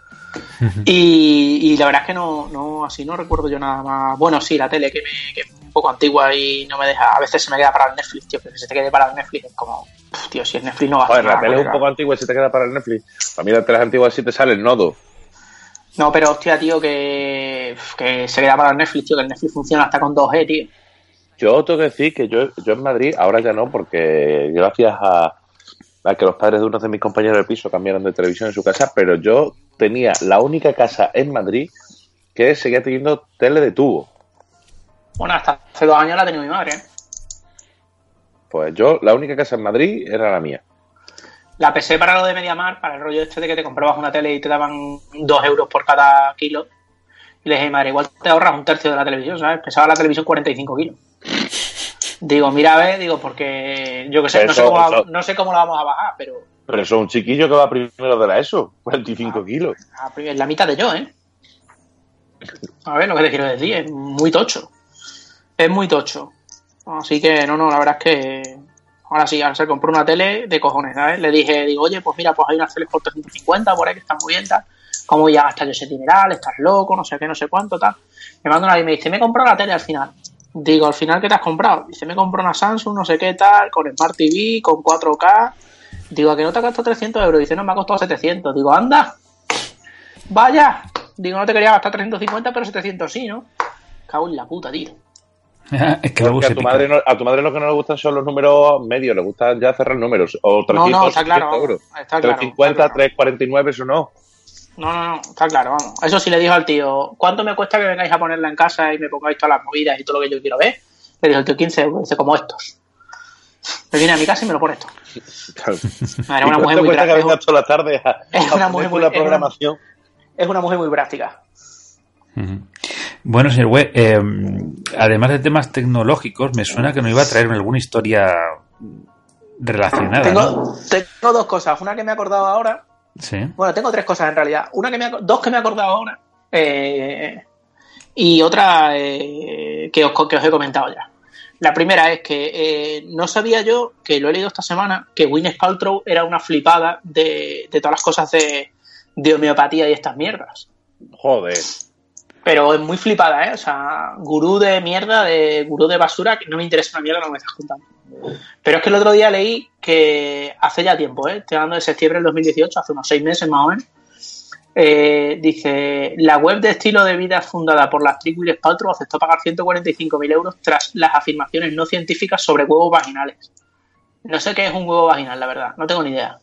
Y la verdad es que no así no recuerdo yo nada más. Bueno, sí, la tele, que es un poco antigua y no me deja. A veces se me queda para el Netflix, tío. Que si se te quede para el Netflix es como, tío, si el Netflix no va a hacer nada. La tele es un nada. poco antigua y se te queda para el Netflix. Para mí la tele es antigua si te sale el nodo. No, pero hostia, tío, que se queda para el Netflix, tío, que el Netflix funciona hasta con 2G, tío. Yo tengo que decir que yo en Madrid, ahora ya no, porque gracias a que los padres de uno de mis compañeros de piso cambiaron de televisión en su casa, pero yo tenía la única casa en Madrid que seguía teniendo tele de tubo. Bueno, hasta hace 2 años la tenía mi madre, ¿eh? Pues yo, la única casa en Madrid era la mía. La pesé para lo de Mediamar, para el rollo este de que te comprabas una tele y te daban 2 euros por cada kilo. Y le dije, madre, igual te ahorras un tercio de la televisión, ¿sabes? Pesaba la televisión 45 kilos. Digo, mira, a ver, porque yo que sé, no sé cómo la vamos a bajar, pero... Pero eso es un chiquillo que va primero de la ESO, 45 kilos. Es la mitad de yo, ¿eh? A ver, lo que te quiero decir, es muy tocho. Es muy tocho. Así que, no, la verdad es que... Ahora sí, ahora se compró una tele de cojones, ¿sabes? Le dije, oye, pues mira, pues hay unas teles por 350 por ahí que están muy bien, tal. ¿Cómo voy a gastar yo ese dineral? Estás loco, no sé qué, no sé cuánto, tal. Me manda una y me dice, me he comprado la tele al final. Digo, ¿al final qué te has comprado? Dice, me compró una Samsung, no sé qué tal, con Smart TV, con 4K. Digo, ¿a que no te ha costado 300 euros? Dice, no, me ha costado 700. Digo, anda, vaya. Digo, no te quería gastar 350, pero 700 sí, ¿no? Cago en la puta, tío. Es que luego a tu madre lo que no le gustan son los números medios, le gustan ya cerrar números. O 300 no, está claro, euros. Está claro, 350, está claro. 349, eso no. No, está claro, vamos. Eso sí le dijo al tío, ¿cuánto me cuesta que vengáis a ponerla en casa y me pongáis todas las movidas y todo lo que yo quiero ver? Le dijo el tío, 15 euros, dice, como estos. Me viene a mi casa y me lo pone esto. Claro. Era una mujer muy práctica. Que vengas toda la tarde es una mujer muy, la programación. Es una mujer muy práctica. Bueno, señor Web, además de temas tecnológicos, me suena que nos iba a traer alguna historia relacionada. Tengo 2 cosas. Una que me he acordado ahora. Sí. Bueno, tengo 3 cosas en realidad. 2 que me he acordado ahora. Y otra que os he comentado ya. La primera es que no sabía yo, que lo he leído esta semana, que Gwyneth Paltrow era una flipada de todas las cosas de homeopatía y estas mierdas. Joder. Pero es muy flipada, ¿eh? O sea, gurú de mierda, gurú de basura, que no me interesa una mierda lo que me estás contando. Pero es que el otro día leí que hace ya tiempo, ¿eh? Estoy hablando de septiembre del 2018, hace unos 6 meses más o menos. Dice, la web de estilo de vida fundada por la actriz Gwyneth Paltrow aceptó pagar 145.000 euros tras las afirmaciones no científicas sobre huevos vaginales. No sé qué es un huevo vaginal, la verdad, no tengo ni idea.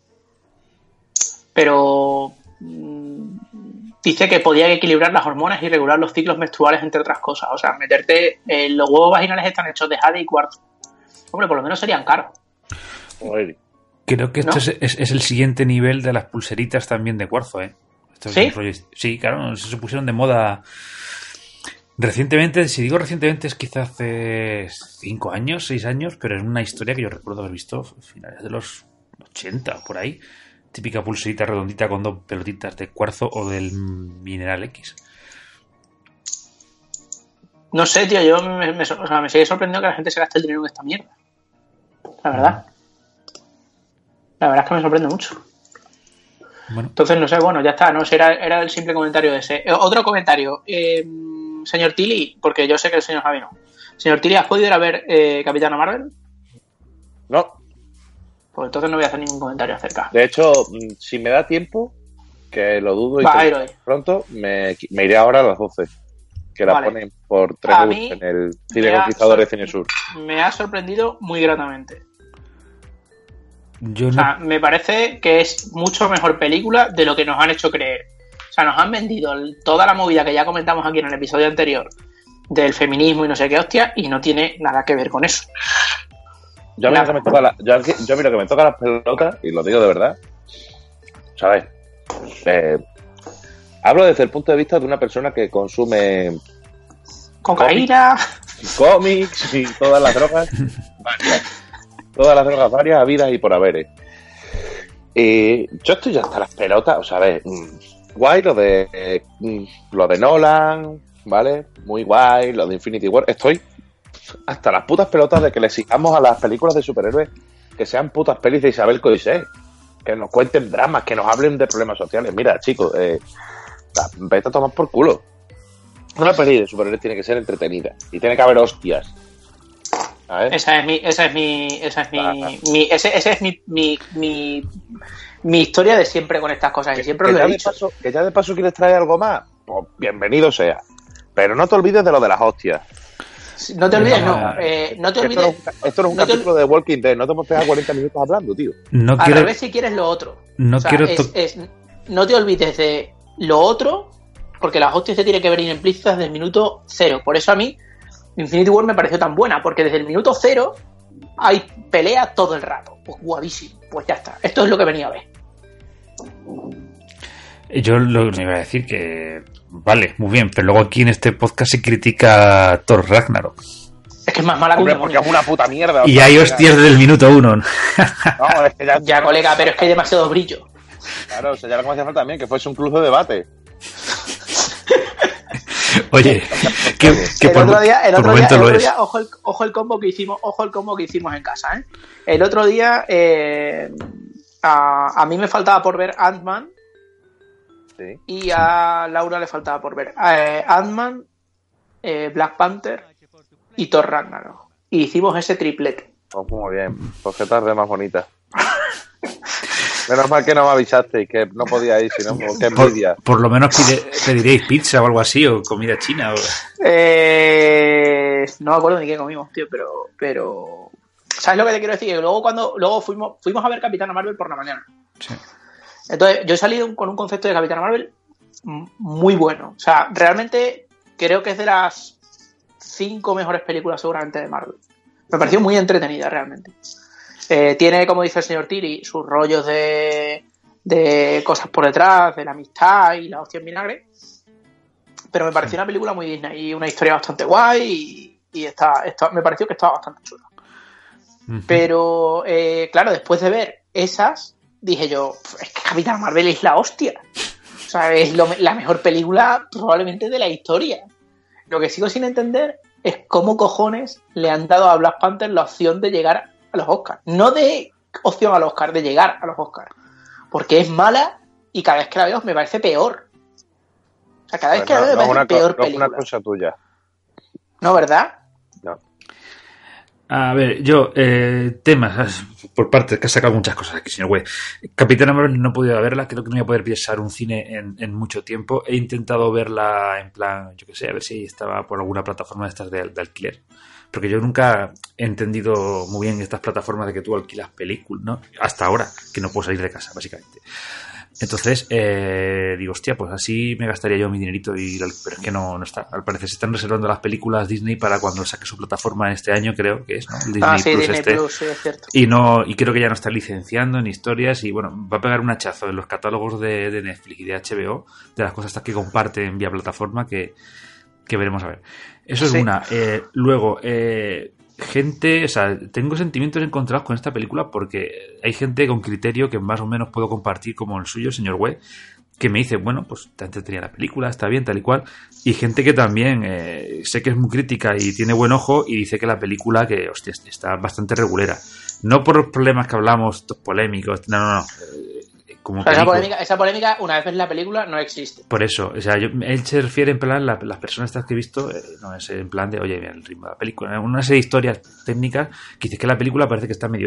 Pero dice que podía equilibrar las hormonas y regular los ciclos menstruales, entre otras cosas. O sea, meterte... los huevos vaginales están hechos de jade y cuarzo. Hombre, por lo menos serían caros. Joder. Creo que esto ¿No? es el siguiente nivel de las pulseritas también de cuarzo, ¿eh? ¿Sí? Sí, claro, se pusieron de moda recientemente. Si digo recientemente es quizás hace 5 años, 6 años, pero es una historia que yo recuerdo haber visto a finales de los 80, por ahí. Típica pulserita redondita con 2 pelotitas de cuarzo o del mineral X. No sé, tío, yo me sigue sorprendiendo que la gente se gaste el dinero en esta mierda. La verdad. La verdad es que me sorprende mucho. Bueno. Entonces, no sé, bueno, ya está, ¿no? Era el simple comentario ese. Otro comentario. Señor Tilly, porque yo sé que el señor Javi no. Señor Tilly, ¿has podido ir a ver Capitana Marvel? No. Pues entonces no voy a hacer ningún comentario acerca. De hecho, si me da tiempo, que lo dudo y Va, pronto, me iré ahora a las 12. que la Vale. ponen por A 3 mí euros en el Cine me ha Conquistador de sor- Cine Sur. Me ha sorprendido muy gratamente. Yo O no, sea, me parece que es mucho mejor película de lo que nos han hecho creer. O sea, nos han vendido toda la movida que ya comentamos aquí en el episodio anterior del feminismo y no sé qué hostia, y no tiene nada que ver con eso. Yo a mí lo que me toca yo a mí lo que me toca las pelotas, y lo digo de verdad, ¿sabes? Hablo desde el punto de vista de una persona que consume Cocaína. cómics y todas las drogas varias. Todas las drogas varias, habidas y por haberes. Yo estoy ya hasta las pelotas, o sea, a ver, guay lo de Nolan, ¿vale? Muy guay, lo de Infinity War. Estoy hasta las putas pelotas de que le exijamos a las películas de superhéroes que sean putas pelis de Isabel Coixet, que nos cuenten dramas, que nos hablen de problemas sociales. Mira, chicos, vete a tomar por culo. Una peli de superhéroes tiene que ser entretenida y tiene que haber hostias. ¿Sabes? Esa es mi historia de siempre con estas cosas, y siempre lo he dicho. Que ya de paso quieres traer algo más, pues bienvenido sea. Pero no te olvides de lo de las hostias. No te olvides, no. No te Esto olvides. no es un capítulo de Walking Dead, no te hemos pegado 40 minutos hablando, tío. no Al quiero... revés, si quieres lo otro. No O sea, quiero... no te olvides de lo otro, porque las hostias te tienen que venir implícitas desde el minuto 0. Por eso a mí Infinity War me pareció tan buena, porque desde el minuto 0 hay pelea todo el rato. Pues guavísimo, pues ya está. Esto es lo que venía a ver. Yo lo que iba a decir que... Vale, muy bien, pero luego aquí en este podcast se critica Thor Ragnarok. Es que es más mala que un Hombre, porque demonio. es una puta mierda. Y hay hostias desde el minuto 1. No, es que Ya, colega, pero es que hay demasiado brillo. Claro, o sea, ya lo que me hacía falta también, que fuese un club de debate. Oye, que El por otro día, momento lo es. ojo el combo que hicimos en casa, ¿eh? El otro día a mí me faltaba por ver Ant-Man. Sí. Y a Laura le faltaba por ver Ant-Man, Black Panther y Thor Ragnarok. Y hicimos ese triplete. Pues muy bien, pues qué tarde más bonita. Menos mal que no me avisaste y que no podía ir, sino qué envidia. Por lo menos pediréis pizza o algo así, o comida china. O... No me acuerdo ni qué comimos, tío, pero ¿sabes lo que te quiero decir? Que luego fuimos a ver Capitana Marvel por la mañana. Sí. Entonces, yo he salido con un concepto de Capitana Marvel muy bueno. O sea, realmente creo que es de las 5 mejores películas seguramente de Marvel. Me pareció muy entretenida, realmente. Tiene, como dice el señor Tiri, sus rollos de cosas por detrás, de la amistad y la hostia en vinagre. Pero me pareció una película muy Disney y una historia bastante guay y me pareció que estaba bastante chula. Uh-huh. Pero, claro, después de ver esas, dije yo, es que Capitán Marvel es la hostia. O sea, es la mejor película probablemente de la historia. Lo que sigo sin entender es cómo cojones le han dado a Black Panther la opción de llegar a los Oscars. No de opción a los Oscars, de llegar a los Oscars. Porque es mala y cada vez que la veo me parece peor. O sea, cada vez que la veo me parece peor película. No es una cosa tuya. ¿No, verdad? No. A ver, yo, temas por parte, que has sacado muchas cosas aquí, señor Güey. Capitana Marvel no he podido verla, creo que no voy a poder pisar un cine en mucho tiempo. He intentado verla en plan, yo qué sé, a ver si estaba por alguna plataforma de estas de alquiler. Porque yo nunca he entendido muy bien estas plataformas de que tú alquilas películas, ¿no? Hasta ahora, que no puedo salir de casa, básicamente. Entonces, digo, hostia, pues así me gastaría yo mi dinerito, pero es que no está. Al parecer se están reservando las películas Disney para cuando saque su plataforma este año, creo que es, ¿no? El Disney sí, Plus Disney este. Plus, sí, es cierto. Y creo que ya no está licenciando en historias y, bueno, va a pegar un hachazo en los catálogos de Netflix y de HBO, de las cosas estas que comparten vía plataforma que veremos a ver. Eso es Sí. una. Luego, gente, o sea, tengo sentimientos encontrados con esta película porque hay gente con criterio que más o menos puedo compartir como el suyo, señor Webb, que me dice, bueno, pues te entretenía la película, está bien, tal y cual, y gente que también sé que es muy crítica y tiene buen ojo y dice que la película, que hostia, está bastante regulera. No por los problemas que hablamos, polémicos, no. Como O sea, película. esa polémica, una vez ves la película, no existe. Por eso, o sea, él se refiere en plan, las personas estas que he visto, no es en plan de, oye, mira el ritmo de la película, una serie de historias técnicas que dice que la película parece que está medio hecha.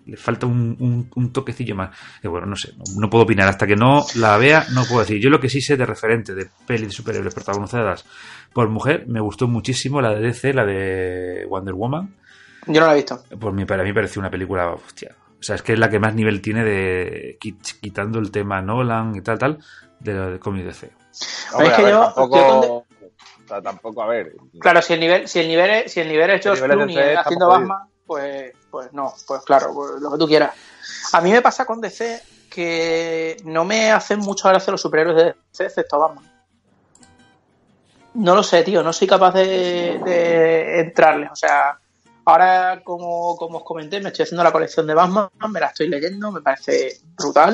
Le falta un toquecillo más. Y bueno, no sé, no puedo opinar. Hasta que no la vea, no puedo decir. Yo lo que sí sé de referente de pelis de superhéroes protagonizadas por mujer, me gustó muchísimo la de DC, la de Wonder Woman. Yo no la he visto. Para mí me pareció una película, hostia. O sea, es que es la que más nivel tiene de quitando el tema Nolan y tal, de cómic DC. Hombre, es que tampoco, a ver. Claro, si el nivel es George Clooney haciendo Batman, pues no, pues claro, pues lo que tú quieras. A mí me pasa con DC que no me hacen mucho gracia los superhéroes de DC, excepto Batman. No lo sé, tío, no soy capaz de entrarles. O sea, ahora, como os comenté, me estoy haciendo la colección de Batman, me la estoy leyendo, me parece brutal.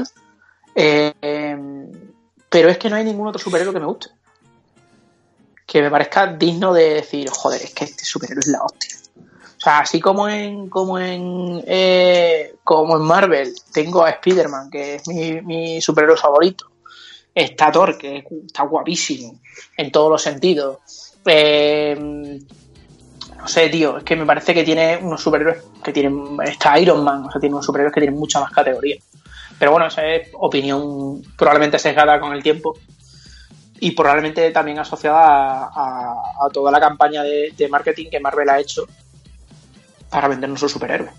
Pero es que no hay ningún otro superhéroe que me guste. Que me parezca digno de decir, joder, es que este superhéroe es la hostia. O sea, así como en Marvel tengo a Spider-Man, que es mi superhéroe favorito. Está Thor, que está guapísimo en todos los sentidos. No sé, tío, es que me parece que tiene unos superhéroes que tienen... Está Iron Man, o sea, tiene unos superhéroes que tienen mucha más categoría. Pero bueno, esa es opinión probablemente sesgada con el tiempo y probablemente también asociada a toda la campaña de marketing que Marvel ha hecho para vendernos sus superhéroes.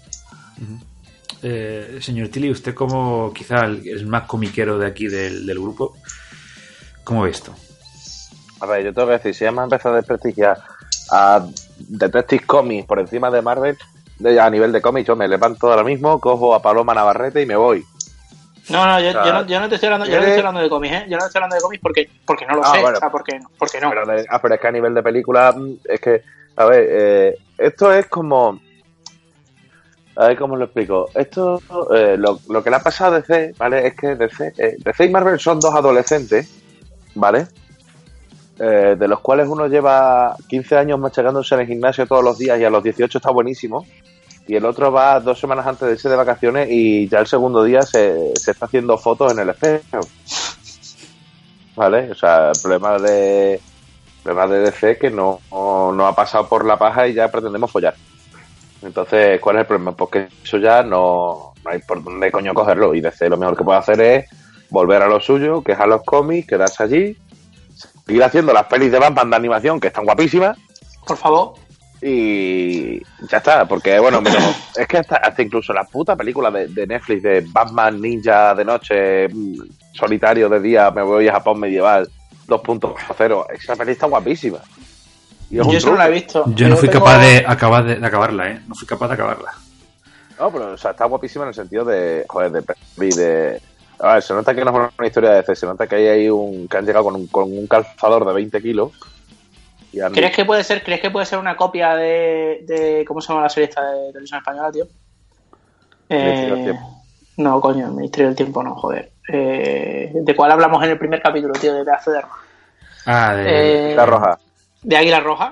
Señor Tilly, usted como quizá el más comiquero de aquí del grupo, ¿cómo ve esto? A ver, yo tengo que decir, si ya me ha empezado a desprestigiar a Detective Comics por encima de Marvel, a nivel de cómics, yo me levanto ahora mismo, cojo a Paloma Navarrete y me voy. No, yo no te estoy hablando, yo no te estoy hablando de cómics, ¿eh? Yo no te estoy hablando de cómics porque no lo sé, bueno, o sea, porque no. Pero es que a nivel de película, es que, a ver, esto es como... A ver cómo lo explico. Esto, lo que le ha pasado a DC, ¿vale? Es que DC y Marvel son dos adolescentes, ¿vale? De los cuales uno lleva 15 años machacándose en el gimnasio todos los días y a los 18 está buenísimo. Y el otro va 2 semanas antes de irse de vacaciones y ya el segundo día se está haciendo fotos en el espejo. ¿Vale? O sea, el problema de DC es que no ha pasado por la paja y ya pretendemos follar. Entonces, ¿cuál es el problema? Pues que eso ya no hay por dónde coño cogerlo. Y DC lo mejor que puede hacer es volver a lo suyo, que es a los cómics, quedarse allí, seguir haciendo las pelis de Batman de animación, que están guapísimas. Por favor. Y ya está, porque bueno, mira, es que hasta incluso la puta película de Netflix de Batman Ninja de noche, solitario de día, me voy a Japón medieval 2.0, esa película está guapísima. Yo eso no la he visto. Yo no fui capaz de acabarla, ¿eh? No fui capaz de acabarla. No, pero o sea, está guapísima en el sentido de, joder, de a ver, se nota que no es una historia de DC, se nota que hay ahí que han llegado con un calzador de 20 kilos. ¿Crees que puede ser una copia de ¿cómo se llama la serie esta de televisión española, tío? Ministerio del Tiempo. No, coño, Ministerio del Tiempo no, joder. ¿De cuál hablamos en el primer capítulo, tío? De Pedazo de Arma. De la Roja. ¿De Águila Roja?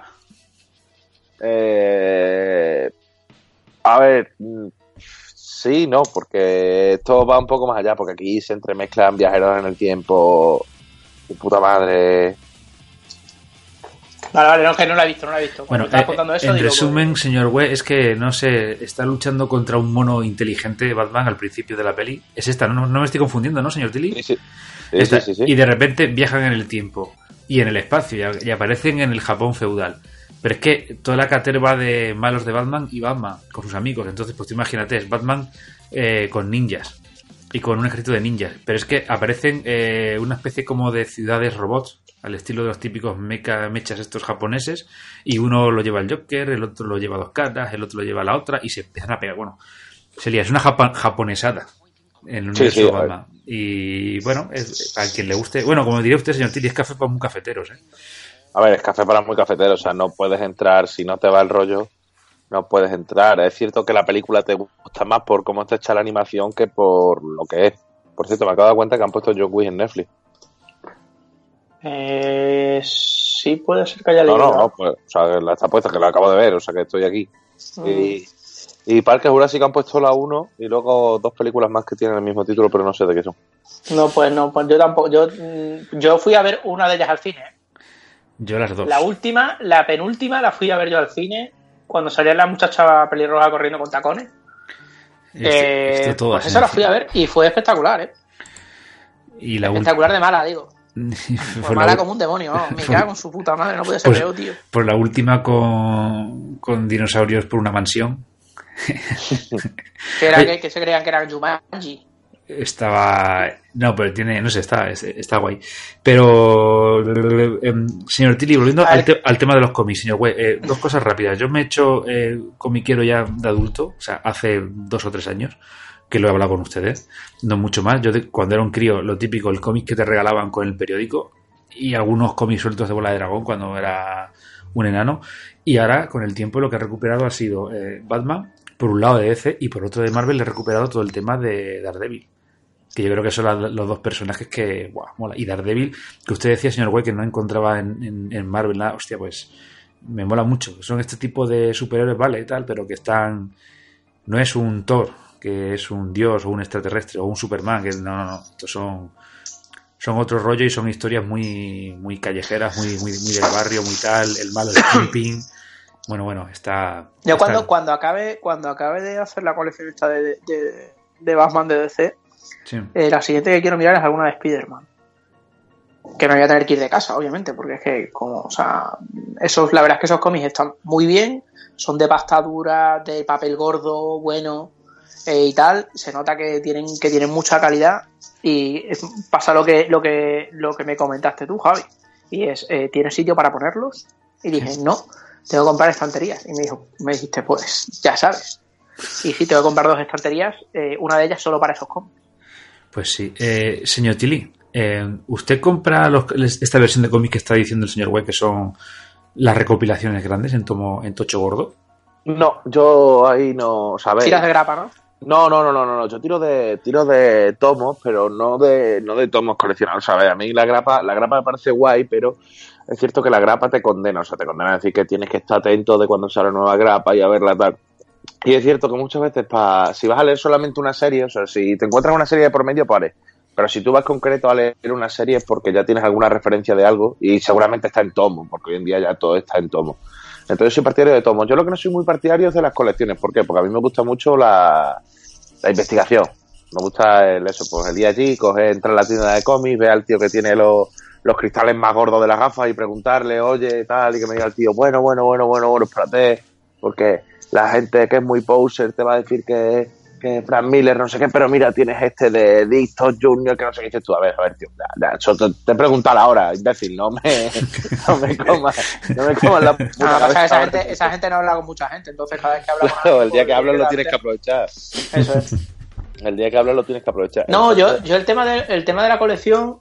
A ver, sí, no, porque esto va un poco más allá, porque aquí se entremezclan viajeros en el tiempo, de puta madre. Vale, no, que no la he visto. Bueno, en resumen, pues... señor Wee, es que, no sé, está luchando contra un mono inteligente, Batman, al principio de la peli. Es esta, no me estoy confundiendo, ¿no, señor Tilly? Sí. Y de repente viajan en el tiempo y en el espacio y aparecen en el Japón feudal. Pero es que toda la caterva de malos de Batman y Batman con sus amigos. Entonces, pues tú imagínate, es Batman con ninjas y con un ejército de ninjas. Pero es que aparecen una especie como de ciudades robots al estilo de los típicos mechas estos japoneses, y uno lo lleva el Joker, el otro lo lleva 2 caras, el otro lo lleva la otra, y se empiezan a pegar. Bueno, es una japonesada en el universo de Batman. Y bueno, a quien le guste, bueno, como diría usted, señor Tilly, es café para muy cafeteros, ¿eh? A ver, es café para muy cafeteros, o sea, no puedes entrar, si no te va el rollo, no puedes entrar. Es cierto que la película te gusta más por cómo está hecha la animación que por lo que es. Por cierto, me acabo de dar cuenta que han puesto John Wick en Netflix. Sí, puede ser que haya leído. No, pues, o sea, la está puesta, que la acabo de ver, o sea, que estoy aquí. Y Parque Jurásico han puesto la 1 y luego 2 películas más que tienen el mismo título, pero no sé de qué son. No, pues yo tampoco. Yo fui a ver una de ellas al cine. Yo las 2. La penúltima la fui a ver yo al cine cuando salía la muchacha pelirroja corriendo con tacones. Esto todo pues así. esa la fui a ver y fue espectacular, ¿eh? Y la Espectacular de mala, digo. fue Pues mala como un demonio, ¿no? Me cago en su puta madre, no puede ser Pues- peor, tío. por la última con dinosaurios por una mansión. Que, era Oye. que se creían que eran Jumanji. Estaba... No, pero tiene... No sé, está guay. Pero... señor Tilly, volviendo al tema de los cómics, señor Güey, dos cosas rápidas. Yo me he hecho comiquero ya de adulto, o sea, hace 2 o 3 años, que lo he hablado con ustedes, no mucho más. Yo cuando era un crío, lo típico, el cómic que te regalaban con el periódico y algunos cómics sueltos de Bola de Dragón cuando era un enano. Y ahora, con el tiempo, lo que he recuperado ha sido Batman, por un lado de DC, y por otro de Marvel he recuperado todo el tema de Daredevil. Que yo creo que son los dos personajes que... ¡Buah! Mola. Y Daredevil, que usted decía, señor Güey, que no encontraba en Marvel nada. Hostia, pues me mola mucho. Son este tipo de superhéroes, vale, tal, pero que están... No es un Thor, que es un dios o un extraterrestre, o un Superman, que no. Estos son otro rollo y son historias muy callejeras, muy del barrio, muy tal. El malo es Kingpin. Bueno, está... Yo está- cuando acabe de hacer la colección esta de Batman de DC, sí. la siguiente que quiero mirar es alguna de Spider-Man. Que me voy a tener que ir de casa, obviamente, porque es que, la verdad es que esos cómics están muy bien, son de pasta dura, de papel gordo, bueno, y tal. Se nota que tienen mucha calidad y pasa lo que me comentaste tú, Javi. Y es, ¿tienes sitio para ponerlos? Y dije, no, tengo que comprar estanterías. Y me dijiste, pues, ya sabes. Y sí, tengo que comprar 2 estanterías, una de ellas solo para esos cómics. Pues sí. Señor Tilly, ¿usted compra esta versión de cómic que está diciendo el señor Güey, que son las recopilaciones grandes en tocho gordo? No, yo ahí no, ¿sabes? Tiras de grapa, ¿no? No, yo tiro de tomos, pero no de tomos coleccionados, ¿sabes? A mí la grapa me parece guay, pero es cierto que la grapa te condena, o sea, te condena a decir que tienes que estar atento de cuando sale nueva grapa y a verla tal. Y es cierto que muchas veces si vas a leer solamente una serie, o sea, si te encuentras una serie de por medio, pues vale. Pero si tú vas concreto a leer una serie es porque ya tienes alguna referencia de algo y seguramente está en tomo, porque hoy en día ya todo está en tomo. Entonces soy partidario de tomos. Yo lo que no soy muy partidario es de las colecciones. ¿Por qué? Porque a mí me gusta mucho la investigación. Me gusta pues el día allí, entrar a la tienda de cómics, ver al tío que tiene los cristales más gordos de las gafas y preguntarle, oye, tal, y que me diga el tío, bueno, espérate, porque la gente que es muy poser te va a decir que Frank Miller, no sé qué, pero mira, tienes este de Dictos Junior, que no sé qué dices tú. A ver, tío, eso te he preguntado ahora, imbécil, no me comas la puta No, cabeza. esa gente no habla con mucha gente, entonces cada vez que habla con Claro, alguien, el día que pues, hablas lo quedarte. tienes que aprovechar. Eso es. El día que hablas lo tienes que aprovechar. No, yo el tema de la colección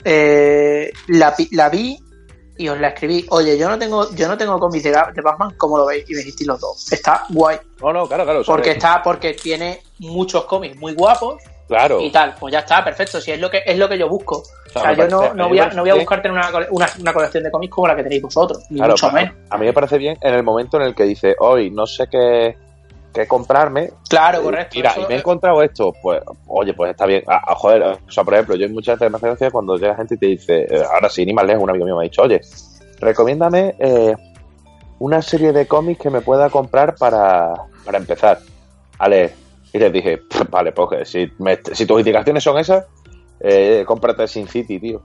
la vi y os la escribí. Oye, yo no tengo cómics de Batman, ¿cómo lo veis? Y me dijisteis los dos. Está guay. No, claro. Porque tiene muchos cómics muy guapos Claro. y tal. Pues ya está, perfecto. Si es lo que yo busco. O sea, me yo parece- no voy a buscar tener una colección de cómics como la que tenéis vosotros, ni Claro, mucho menos. a mí me parece bien en el momento en el que dice, hoy no sé qué comprarme. Claro, correcto. Mira, Eso- y me he encontrado esto, pues, oye, pues está bien. Joder, o sea, por ejemplo, yo en muchas veces me hace gracia cuando llega gente y te dice, ahora sí, ni más lejos, un amigo mío me ha dicho, oye, recomiéndame una serie de cómics que me pueda comprar para empezar a leer. Y les dije, vale, pues si tus indicaciones son esas, cómprate Sin City, tío.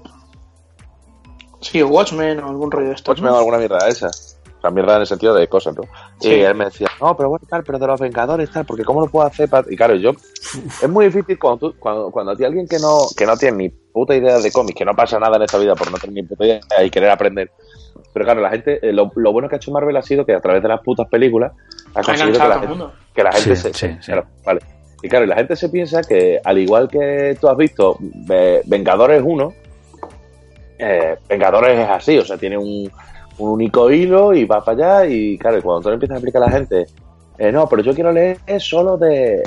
Sí, Watchmen o algún rollo de esto. Pues me hago alguna mierda de esas. O sea, mierda en el sentido de cosas, ¿no? Sí. Y él me decía, no, pero bueno, tal, pero de los Vengadores, tal, porque ¿cómo lo puedo hacer? Y claro, es muy difícil cuando a ti alguien que no tiene ni puta idea de cómics, que no pasa nada en esta vida por no tener ni puta idea y querer aprender. Pero claro, la gente, lo bueno que ha hecho Marvel ha sido que a través de las putas películas ha conseguido enganchado a todo el mundo. que la gente Sí. Claro, vale. Y claro, y la gente se piensa que, al igual que tú has visto, Vengadores 1, Vengadores es así, o sea, tiene un único hilo y va para allá. Y claro, cuando tú le empiezas a explicar a la gente, no, pero yo quiero leer solo de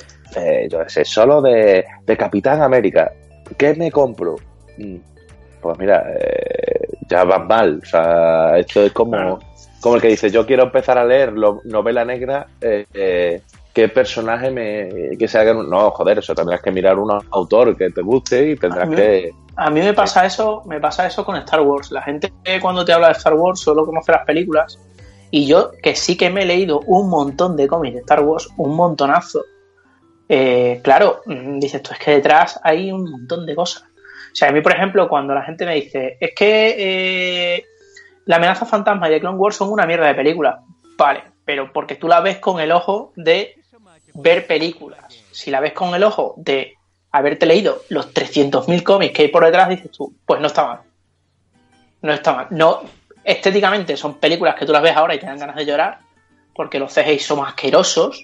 Capitán América, ¿qué me compro? Pues mira, ya vas mal. O sea, esto es como el que dice, yo quiero empezar a leer novela negra, ¿qué personaje que se haga? No, joder, eso tendrás que mirar un autor que te guste y tendrás que... A mí me pasa eso con Star Wars. La gente cuando te habla de Star Wars solo conoce las películas. Y yo, que sí que me he leído un montón de cómics de Star Wars, un montonazo. claro, dices tú, es que detrás hay un montón de cosas. O sea, a mí, por ejemplo, cuando la gente me dice, es que La amenaza fantasma y The Clone Wars son una mierda de películas. Vale, pero porque tú la ves con el ojo de ver películas. Si la ves con el ojo de haberte leído los 300.000 cómics que hay por detrás, dices tú, pues no está mal. No está mal. No, estéticamente son películas que tú las ves ahora y te dan ganas de llorar porque los CGI son asquerosos.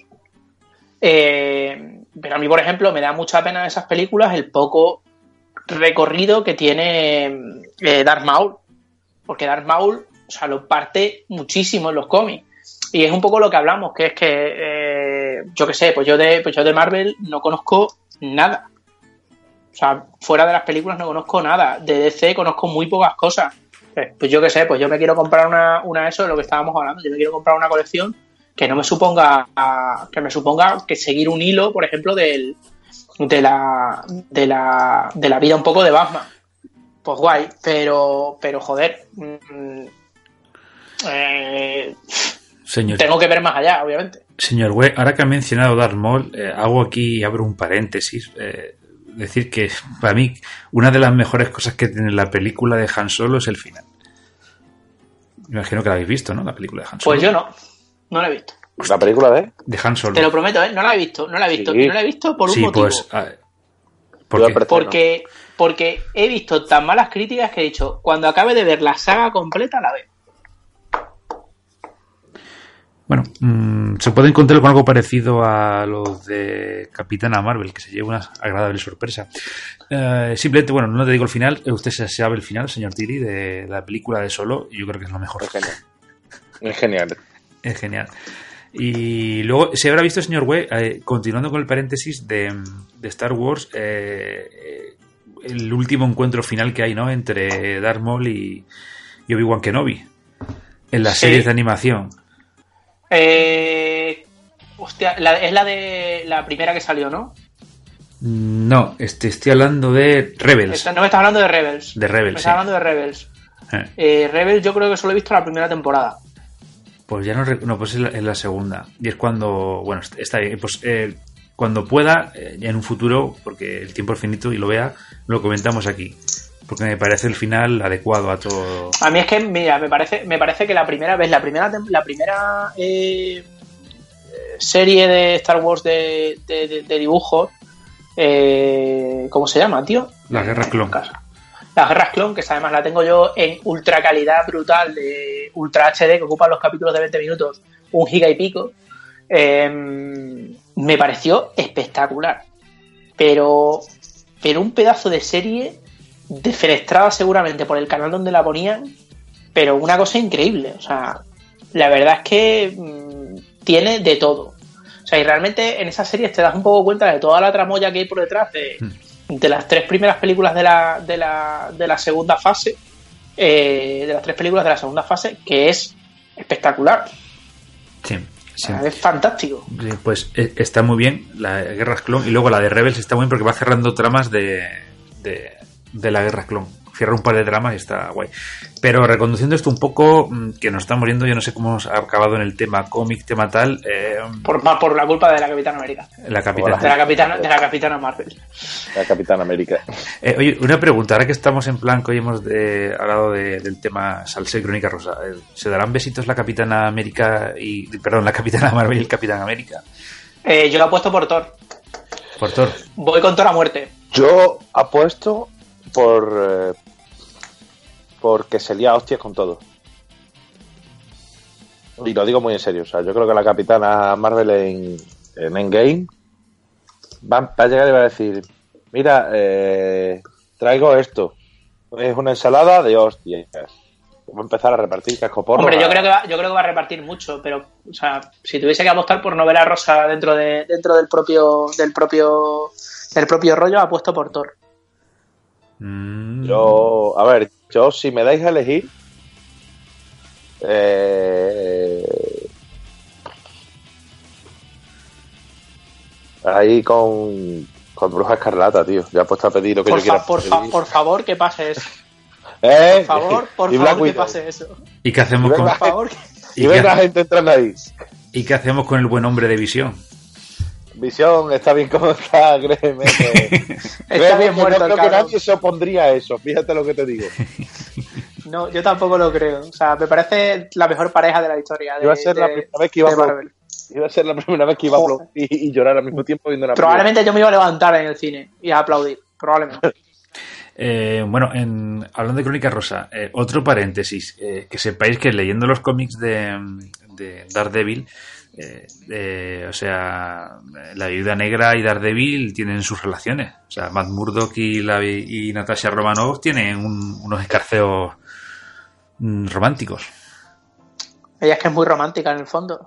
Pero a mí, por ejemplo, me da mucha pena de esas películas el poco recorrido que tiene Darth Maul. Porque Darth Maul, o sea, lo parte muchísimo en los cómics. Y es un poco lo que hablamos, que es que, yo qué sé, pues yo de Marvel no conozco nada. O sea, fuera de las películas no conozco nada. De DC conozco muy pocas cosas. Pues yo qué sé, pues yo me quiero comprar una de eso de lo que estábamos hablando. Yo me quiero comprar una colección que no me suponga que seguir un hilo, por ejemplo, de la vida un poco de Batman. Pues guay, pero joder, señor, tengo que ver más allá, obviamente. Señor Wei, ahora que ha mencionado Darth Maul, abro un paréntesis. Decir que para mí una de las mejores cosas que tiene la película de Han Solo es el final. Me imagino que la habéis visto, ¿no? La película de Han Solo. Pues yo no la he visto. ¿La película de Han Solo. Te lo prometo, no la he visto. Sí. Y no la he visto por un motivo. Pues, ¿por qué? Porque he visto tan malas críticas que he dicho, cuando acabe de ver la saga completa la veo. Bueno, se puede encontrar con algo parecido a los de Capitana Marvel, que se lleva una agradable sorpresa. Simplemente, bueno, no te digo el final. Usted se sabe el final, señor Tilly, de la película de Solo. Yo creo que es lo mejor. Es genial. Es genial. Y luego, se habrá visto, señor Wei, continuando con el paréntesis de Star Wars, el último encuentro final que hay, ¿no?, entre Darth Maul y Obi-Wan Kenobi en las series de animación. Hostia, es la de la primera que salió, ¿no? No, estoy hablando de Rebels. No me estás hablando de Rebels. De Rebels, me estás hablando de Rebels. Rebels yo creo que solo he visto la primera temporada. Pues ya no, pues es la segunda. Y es cuando, bueno, está bien, pues cuando pueda, ya en un futuro, porque el tiempo es finito y lo vea, lo comentamos aquí. Porque me parece el final adecuado a todo. A mí es que, mira, me parece que la primera serie de Star Wars de dibujos, ¿cómo se llama, tío? Las Guerras Clon. Las Guerras Clon, que además la tengo yo en ultra calidad brutal de Ultra HD, que ocupan los capítulos de 20 minutos, 1 giga y pico. Me pareció espectacular. Pero un pedazo de serie defenestrada seguramente por el canal donde la ponían, pero una cosa increíble. O sea, la verdad es que tiene de todo. O sea, y realmente en esas series te das un poco cuenta de toda la tramoya que hay por detrás de las 3 primeras películas de la segunda fase, de las 3 películas de la segunda fase, que es espectacular. Sí. Sí. Es fantástico. Pues está muy bien la Guerras Clon, y luego la de Rebels está muy bien porque va cerrando tramas de la Guerra Clon. Cierra un par de dramas y está guay. Pero reconduciendo esto un poco, que nos estamos muriendo, yo no sé cómo hemos acabado en el tema cómic, tema tal. Por la culpa de la Capitana América. De la Capitana Marvel. La Capitana América. Oye, una pregunta, ahora que estamos en plan, que hoy hemos hablado del tema Salsa y Crónica Rosa, ¿se darán besitos la Capitana América la Capitana Marvel y el Capitán América? Yo lo apuesto por Thor. ¿Por Thor? Voy con Thor a muerte. Yo apuesto porque se lía hostias con todo. Y lo digo muy en serio. O sea, yo creo que la Capitana Marvel en Endgame va a llegar y va a decir: mira, traigo esto. Es una ensalada de hostias. Voy a empezar a repartir cascoporros. Hombre, yo creo que va a repartir mucho, pero, o sea, si tuviese que apostar por novela rosa dentro del propio rollo, apuesto por Thor. Yo si me dais a elegir, ahí con Bruja Escarlata, tío. Ya he puesto a pedir lo que yo quiera. Por favor, que pase eso. Por favor, que pase eso. ¿Y qué hacemos con? Por favor. Y ven la gente entrando ahí. ¿Y qué hacemos con el buen hombre de Visión? Visión, está bien como está, créeme. Está bien muerto el creo que cabrón. nadie se opondría a eso, fíjate lo que te digo. No, yo tampoco lo creo. O sea, me parece la mejor pareja de la historia. Iba a ser la primera vez que iba a Marvel. Iba a ser la primera vez que iba a aplaudir y llorar al mismo tiempo viendo una Probablemente yo me iba a levantar en el cine y a aplaudir. Probablemente. Bueno, hablando de Crónica Rosa, otro paréntesis, que sepáis que leyendo los cómics de Daredevil, o sea, la Viuda Negra y Daredevil tienen sus relaciones. O sea, Matt Murdock y Natasha Romanoff tienen unos escarceos románticos. Ella es que es muy romántica en el fondo.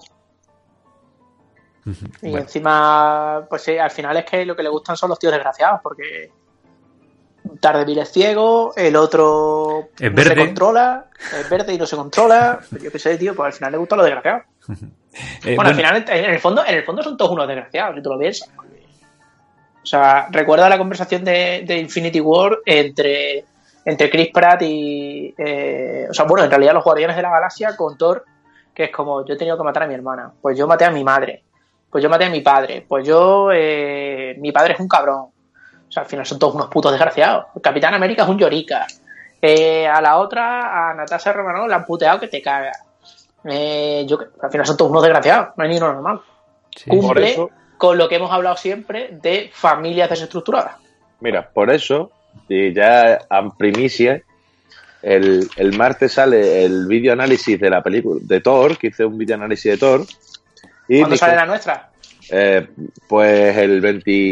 Y Bueno. encima, pues sí, al final es que lo que le gustan son los tíos desgraciados, porque Daredevil es ciego, el otro Es no verde. se controla, es verde y no se controla. Pero yo qué sé, tío, pues al final le gustan los desgraciados. Bueno, al final, en el fondo son todos unos desgraciados, si tú lo piensas. O sea, recuerda la conversación de Infinity War entre Chris Pratt y... o sea, bueno, en realidad los Guardianes de la Galaxia con Thor, que es como, yo he tenido que matar a mi hermana, pues yo maté a mi madre, pues yo maté a mi padre, pues yo... mi padre es un cabrón. O sea, al final son todos unos putos desgraciados. El Capitán América es un llorica. A la otra, a Natasha Romanoff, la han puteado que te caga. Al final son todos unos desgraciados. No hay ni uno normal. Sí. Por Cumple eso- con lo que hemos hablado siempre de familias desestructuradas. Mira, por eso, y ya en primicia, el martes sale el vídeo análisis de la película de Thor, que hice un vídeo análisis de Thor. Y ¿Cuándo dije, sale la nuestra? pues el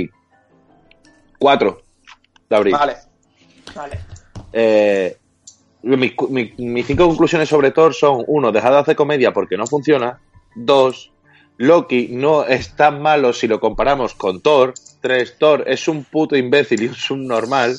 24 de abril. Vale. Mis 5 conclusiones sobre Thor son: 1, dejad de hacer comedia porque no funciona. 2, Loki no es tan malo si lo comparamos con Thor. 3, Thor es un puto imbécil y un subnormal.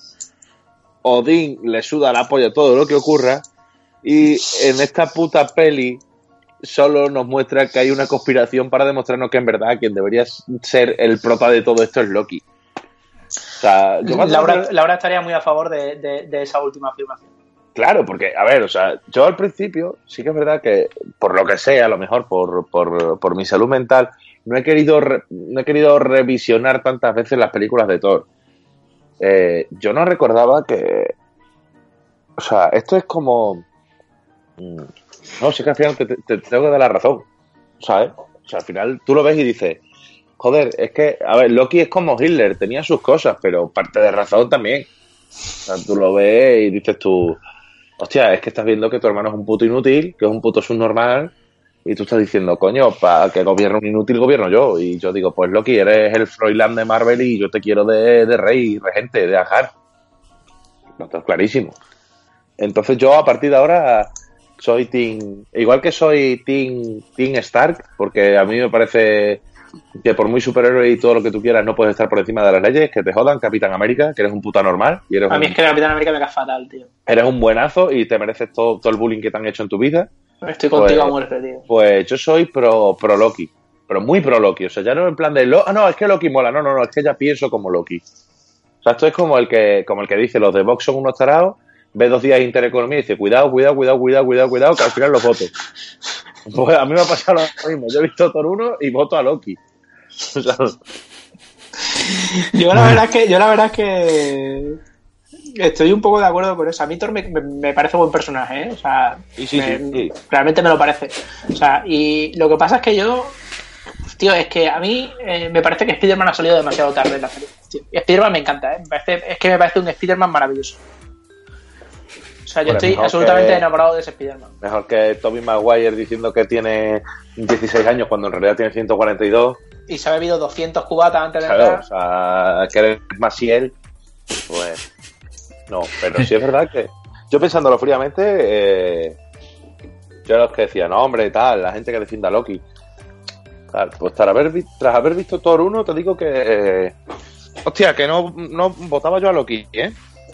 Odín le suda la polla todo lo que ocurra. Y en esta puta peli solo nos muestra que hay una conspiración para demostrarnos que en verdad quien debería ser el prota de todo esto es Loki. O sea, yo Laura estaría muy a favor de esa última afirmación. Claro, porque, a ver, o sea, yo al principio sí que es verdad que, por lo que sea, a lo mejor por mi salud mental, no he querido revisionar tantas veces las películas de Thor. Yo no recordaba que... O sea, esto es como... No, sí que al final te tengo que dar la razón, ¿sabes? O sea, al final tú lo ves y dices, joder, es que, a ver, Loki es como Hitler, tenía sus cosas, pero parte de razón también. O sea, tú lo ves y dices tú... Hostia, es que estás viendo que tu hermano es un puto inútil, que es un puto subnormal, y tú estás diciendo, coño, para que gobierne un inútil, gobierno yo. Y yo digo, pues Loki, eres el Froilán de Marvel y yo te quiero de rey, regente, de Ajar. No, está clarísimo. Entonces yo a partir de ahora soy team... Igual que soy team Stark, porque a mí me parece que por muy superhéroe y todo lo que tú quieras no puedes estar por encima de las leyes, que te jodan, Capitán América, que eres un puta normal. Y eres A mí es que el Capitán América me cae fatal, tío. Eres un buenazo y te mereces todo el bullying que te han hecho en tu vida. Estoy contigo a muerte, tío. Pues yo soy pro Loki, pero muy pro Loki. O sea, ya no en plan de... no, es que Loki mola. No, es que ya pienso como Loki. O sea, esto es como el que dice, los de Vox son unos tarados, ve 2 días de Intereconomía y dice, cuidado, que al final los voto. Pues a mí me ha pasado lo mismo. Yo he visto Thor 1 y voto a Loki. O sea, Yo la verdad es que estoy un poco de acuerdo con eso. A mí Thor me parece buen personaje, ¿eh? O sea, sí. realmente me lo parece. O sea, y lo que pasa es que tío, es que a mí me parece que Spider-Man ha salido demasiado tarde en la película, tío. Y Spider-Man me encanta, ¿eh? Me parece un Spider-Man maravilloso. O sea, yo estoy absolutamente enamorado de ese Spider-Man. Mejor que Tobey Maguire diciendo que tiene 16 años cuando en realidad tiene 142. Y se ha bebido 200 cubatas antes de Claro, entrar. o sea, que eres Maciel, pues no, pero sí es verdad que yo pensándolo fríamente, yo era los que decía, no hombre, tal, la gente que defienda a Loki. Tal, pues tras haber visto Thor 1, te digo que hostia, que no votaba yo a Loki, ¿eh?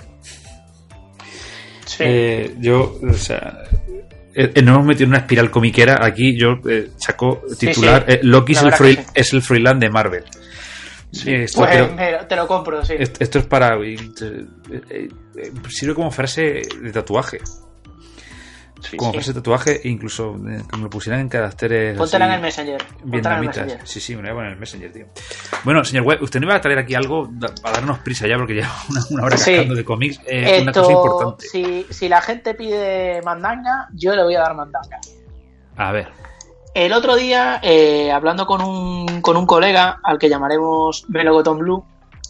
Sí. Yo, o sea, nos hemos metido en una espiral comiquera. Aquí yo saco titular, sí. Loki La es el Froilán de Marvel. Esto, Pues te lo compro, sí. esto es para... sirve como frase de tatuaje. O Sí, como sí. frase de tatuaje, incluso que me lo pusieran en caracteres Póntela así, en el Messenger. Póntela en el vietnamitas. Messenger. Sí, me lo voy a poner en el Messenger, tío. Bueno, señor Webb, usted no iba a traer aquí algo para darnos prisa ya, porque lleva una hora Sí. cascando de cómics. Una cosa importante. Si la gente pide mandanga, yo le voy a dar mandanga. A ver. El otro día, hablando con un colega al que llamaremos Melocotón Blue,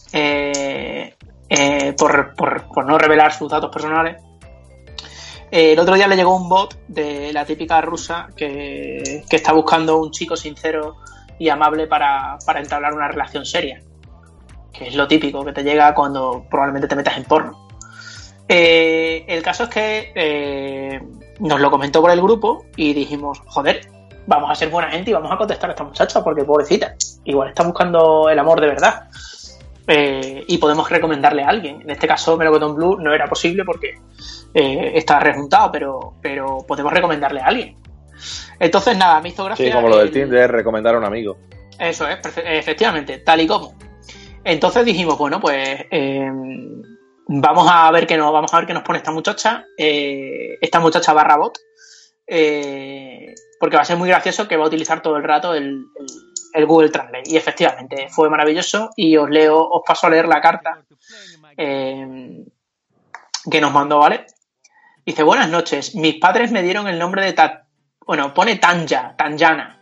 por no revelar sus datos personales, el otro día le llegó un bot de la típica rusa que está buscando un chico sincero y amable para entablar una relación seria, que es lo típico que te llega cuando probablemente te metas en porno. El caso es que nos lo comentó por el grupo y dijimos, joder, vamos a ser buena gente y vamos a contestar a esta muchacha porque pobrecita, igual está buscando el amor de verdad. Y podemos recomendarle a alguien. En este caso Melocotón Blue no era posible porque está rejuntado, pero podemos recomendarle a alguien. Entonces nada, me hizo gracia. Sí, como lo del Tinder, recomendar a un amigo. Eso es, efectivamente, tal y como. Entonces dijimos, bueno, pues vamos a ver qué nos pone esta muchacha barra bot, porque va a ser muy gracioso que va a utilizar todo el rato el Google Translate. Y efectivamente fue maravilloso y os paso a leer la carta que nos mandó, ¿vale? Dice, buenas noches, mis padres me dieron el nombre de pone Tatjana,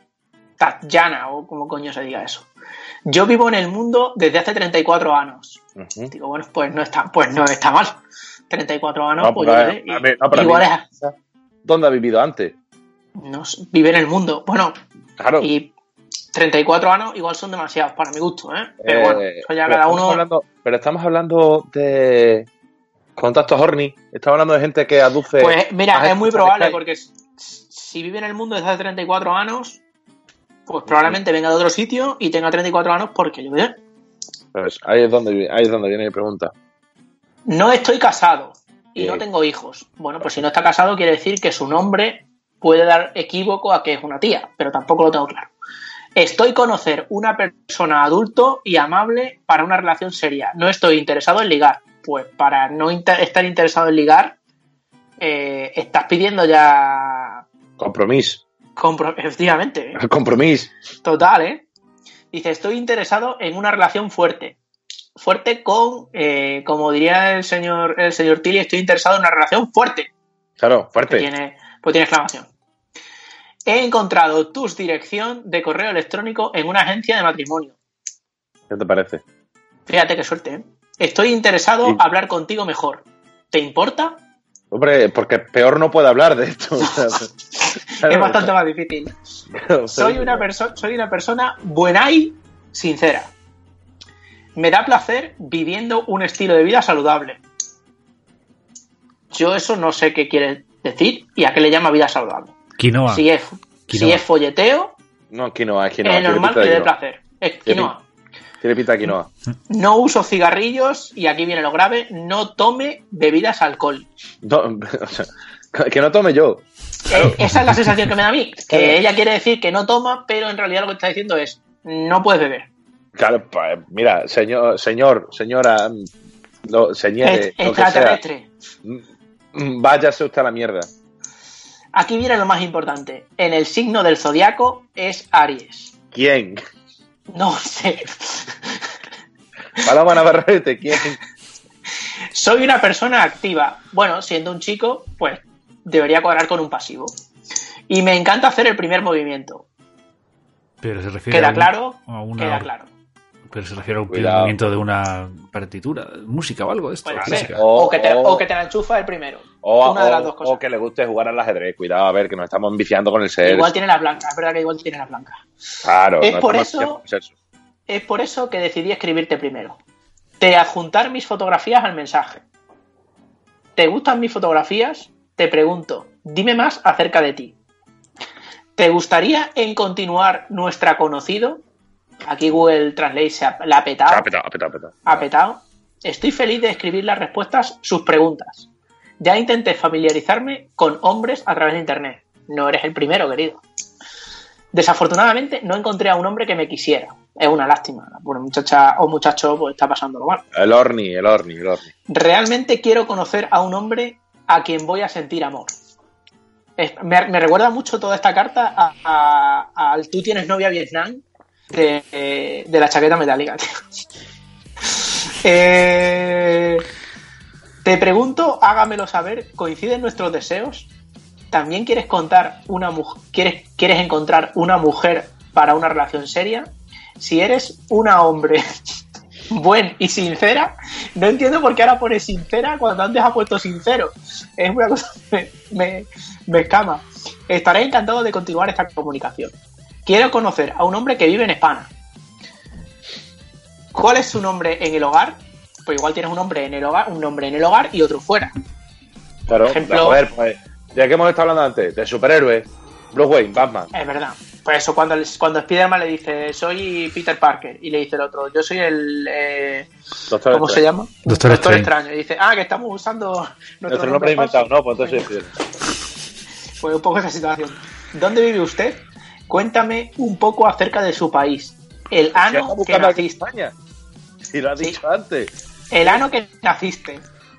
o como coño se diga eso. Yo vivo en el mundo desde hace 34 años. Uh-huh. Digo, bueno, pues no está mal. 34 años, no, pues igual es. ¿Dónde ha vivido antes? No, vive en el mundo. Bueno, claro. Y 34 años igual son demasiados para mi gusto, ¿eh? Pero bueno, eso ya cada uno. Pero estamos hablando de contactos horny. Estamos hablando de gente que aduce. Pues mira, es muy probable porque si vive en el mundo desde hace 34 años, pues probablemente venga de otro sitio y tenga 34 años porque yo veo. Pues ahí es donde viene mi pregunta. No estoy casado y no tengo hijos. Bueno, pues si no está casado quiere decir que su nombre puede dar equívoco a que es una tía, pero tampoco lo tengo claro. Estoy conocer una persona adulto y amable para una relación seria. No estoy interesado en ligar. Pues para no estar interesado en ligar, estás pidiendo ya... Compromiso. Efectivamente. Compromiso. Total, ¿eh? Dice, estoy interesado en una relación fuerte. Fuerte con, como diría el señor Tilly, estoy interesado en una relación fuerte. Claro, fuerte. Tiene exclamación. He encontrado tu dirección de correo electrónico en una agencia de matrimonio. ¿Qué te parece? Fíjate qué suerte, ¿eh? Estoy interesado en hablar contigo mejor. ¿Te importa? Hombre, porque peor no puede hablar de esto. Es bastante más difícil. Soy una persona buena y sincera. Me da placer viviendo un estilo de vida saludable. Yo eso no sé qué quiere decir y a qué le llama vida saludable. Quinoa. Si es folleteo, no, quinoa. Es normal que dé placer. Es quinoa. Tiene pinta de quinoa. No uso cigarrillos y aquí viene lo grave. No tome bebidas alcohólicas. No, o sea, que no tome yo. Claro. Esa es la sensación que me da a mí. Que ella quiere decir que no toma, pero en realidad lo que está diciendo es no puedes beber. Claro, pues, mira, señora, señores, extraterrestre. Váyase usted a la mierda. Aquí viene lo más importante. En el signo del zodiaco es Aries. ¿Quién? No sé. Paloma Navarrete, ¿quién? Soy una persona activa. Bueno, siendo un chico, pues debería cuadrar con un pasivo. Y me encanta hacer el primer movimiento. Pero se refiere ¿Queda claro? Queda claro. Pero se refiere a un movimiento de una partitura, música o algo de esto. O que te la enchufa el primero. Una de las dos cosas. O que le guste jugar al ajedrez. Cuidado, a ver, que nos estamos enviciando con el ser. Igual tiene la blanca, es verdad que igual tiene la blanca. Claro. Es por eso que decidí escribirte primero. Te adjuntar mis fotografías al mensaje. ¿Te gustan mis fotografías? Te pregunto, dime más acerca de ti. ¿Te gustaría en continuar nuestra conocido? Aquí Google Translate la ha petado. Ha petado. Estoy feliz de escribir las respuestas, sus preguntas. Ya intenté familiarizarme con hombres a través de internet. No eres el primero, querido. Desafortunadamente no encontré a un hombre que me quisiera. Es una lástima. Bueno, muchacha o muchacho pues está pasándolo mal. El horny. Realmente quiero conocer a un hombre a quien voy a sentir amor. Me recuerda mucho toda esta carta al Tú tienes novia Vietnam de la chaqueta metálica, tío. Te pregunto, hágamelo saber, ¿coinciden nuestros deseos? ¿También quieres quieres encontrar una mujer para una relación seria? Si eres una hombre buen y sincera, no entiendo por qué ahora pones sincera cuando antes ha puesto sincero. Es una cosa que me escama. Estaré encantado de continuar esta comunicación. Quiero conocer a un hombre que vive en España. ¿Cuál es su nombre en el hogar? Pues igual tienes un nombre en el hogar y otro fuera. Claro, por ejemplo, joder, pues, ya que hemos estado hablando antes, de superhéroes, Bruce Wayne, Batman. Es verdad. Pues eso, cuando Spider-Man le dice, soy Peter Parker, y le dice el otro, yo soy el... Doctor ¿cómo Strange. se llama? Doctor Extraño. Y dice, que estamos usando Nuestro nombre inventado, no, pues entonces sí. Pues un poco esa situación. ¿Dónde vive usted? Cuéntame un poco acerca de su país. El ano que naciste. España. Si lo has dicho antes. El ano que naciste.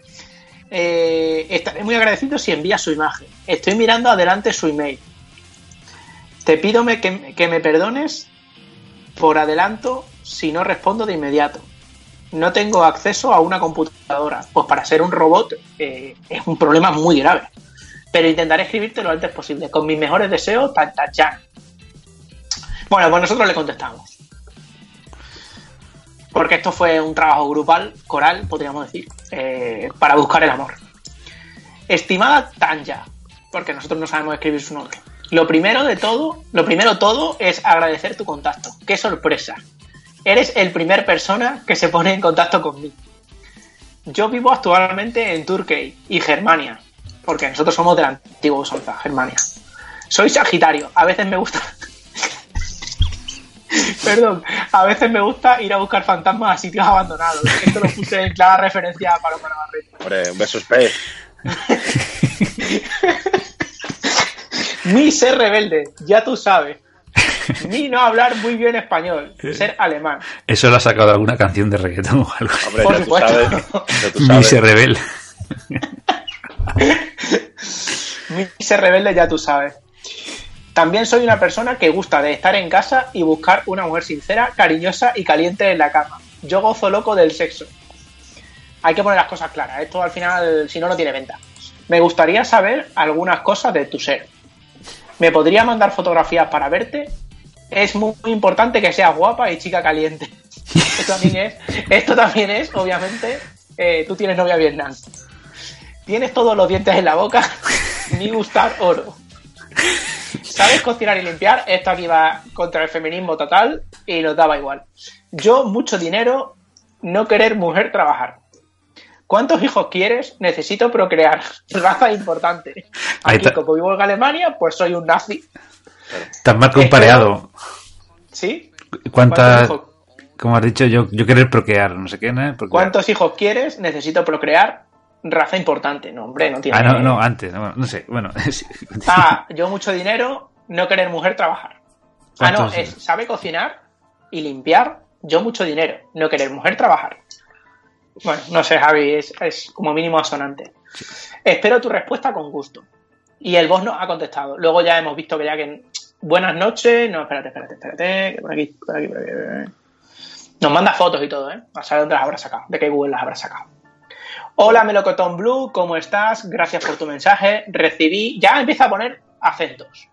Estaré muy agradecido si envías su imagen. Estoy mirando adelante su email. Te pido que me perdones por adelanto si no respondo de inmediato. No tengo acceso a una computadora. Pues para ser un robot es un problema muy grave. Pero intentaré escribirte lo antes posible. Con mis mejores deseos, Tachan. Bueno, pues nosotros le contestamos. Porque esto fue un trabajo grupal, coral, podríamos decir, para buscar el amor. Estimada Tanya, porque nosotros no sabemos escribir su nombre. Lo primero todo es agradecer tu contacto. ¡Qué sorpresa! Eres el primer persona que se pone en contacto conmigo. Yo vivo actualmente en Turquía y Germania, porque nosotros somos de la antigua usanza, Germania. Soy Sagitario, a veces me gusta... Perdón, a veces me gusta ir a buscar fantasmas a sitios abandonados. Esto lo puse en clara referencia a Paloma Navarrete. Hombre, un beso spray. Mi ser rebelde, ya tú sabes. Mi no hablar muy bien español, ser alemán. Eso lo ha sacado de alguna canción de reggaetón o algo. Hombre, Por ya supuesto. tú sabes. Mi se rebel. Mi ser rebelde, ya tú sabes. También soy una persona que gusta de estar en casa y buscar una mujer sincera, cariñosa y caliente en la cama. Yo gozo loco del sexo. Hay que poner las cosas claras. Esto al final, si no, no tiene venta. Me gustaría saber algunas cosas de tu ser. ¿Me podría mandar fotografías para verte? Es muy importante que seas guapa y chica caliente. Esto también es, obviamente, tú tienes novia Vietnam. Tienes todos los dientes en la boca. Ni gustar oro. ¿Sabes cocinar y limpiar? Esto aquí va contra el feminismo total y nos daba igual. Yo, mucho dinero, no querer mujer, trabajar. ¿Cuántos hijos quieres? Necesito procrear. Raza importante. Aquí, como vivo en Alemania, pues soy un nazi. Estás mal compareado. ¿Sí? ¿Cuántas? Como has dicho, yo querer procrear, no sé qué, ¿no? Procrear. ¿Cuántos hijos quieres? Necesito procrear. Raza importante. No, hombre, no tiene... no, antes. No sé, bueno. Sí. Yo mucho dinero, no querer mujer, trabajar. Sabe cocinar y limpiar. Yo mucho dinero, no querer mujer, trabajar. Bueno, no sé, Javi, es como mínimo asonante. Sí. Espero tu respuesta con gusto. Y el boss nos ha contestado. Luego ya hemos visto que buenas noches. No, espérate. Por aquí. Nos manda fotos y todo, ¿eh? A saber dónde las habrá sacado. De qué Google las habrá sacado. Hola, Melocotón Blue, ¿cómo estás? Gracias por tu mensaje. Ya empieza a poner acentos.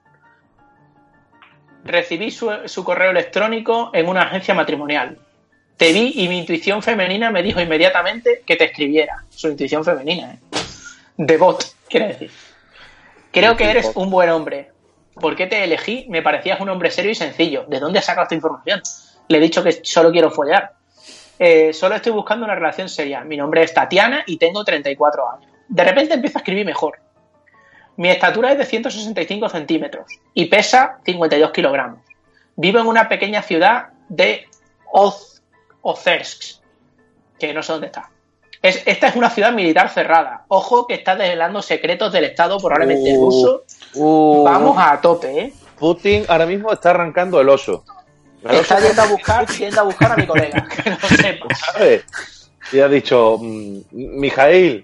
Recibí su correo electrónico en una agencia matrimonial. Te vi y mi intuición femenina me dijo inmediatamente que te escribiera. Su intuición femenina, ¿eh? De bot, quiere decir. Creo que eres un buen hombre. ¿Por qué te elegí? Me parecías un hombre serio y sencillo. ¿De dónde has sacado esta información? Le he dicho que solo quiero follar. Solo estoy buscando una relación seria. Mi nombre es Tatiana y tengo 34 años. De repente empiezo a escribir mejor. Mi estatura es de 165 centímetros y pesa 52 kilogramos. Vivo en una pequeña ciudad de Ozersk, que no sé dónde está. Esta es una ciudad militar cerrada. Ojo que está desvelando secretos del Estado, probablemente ruso. Vamos a tope, ¿eh? Putin ahora mismo está arrancando el oso. Está yendo a buscar a mi colega, que no sepa. ¿Sabes? Y ha dicho, Mijail,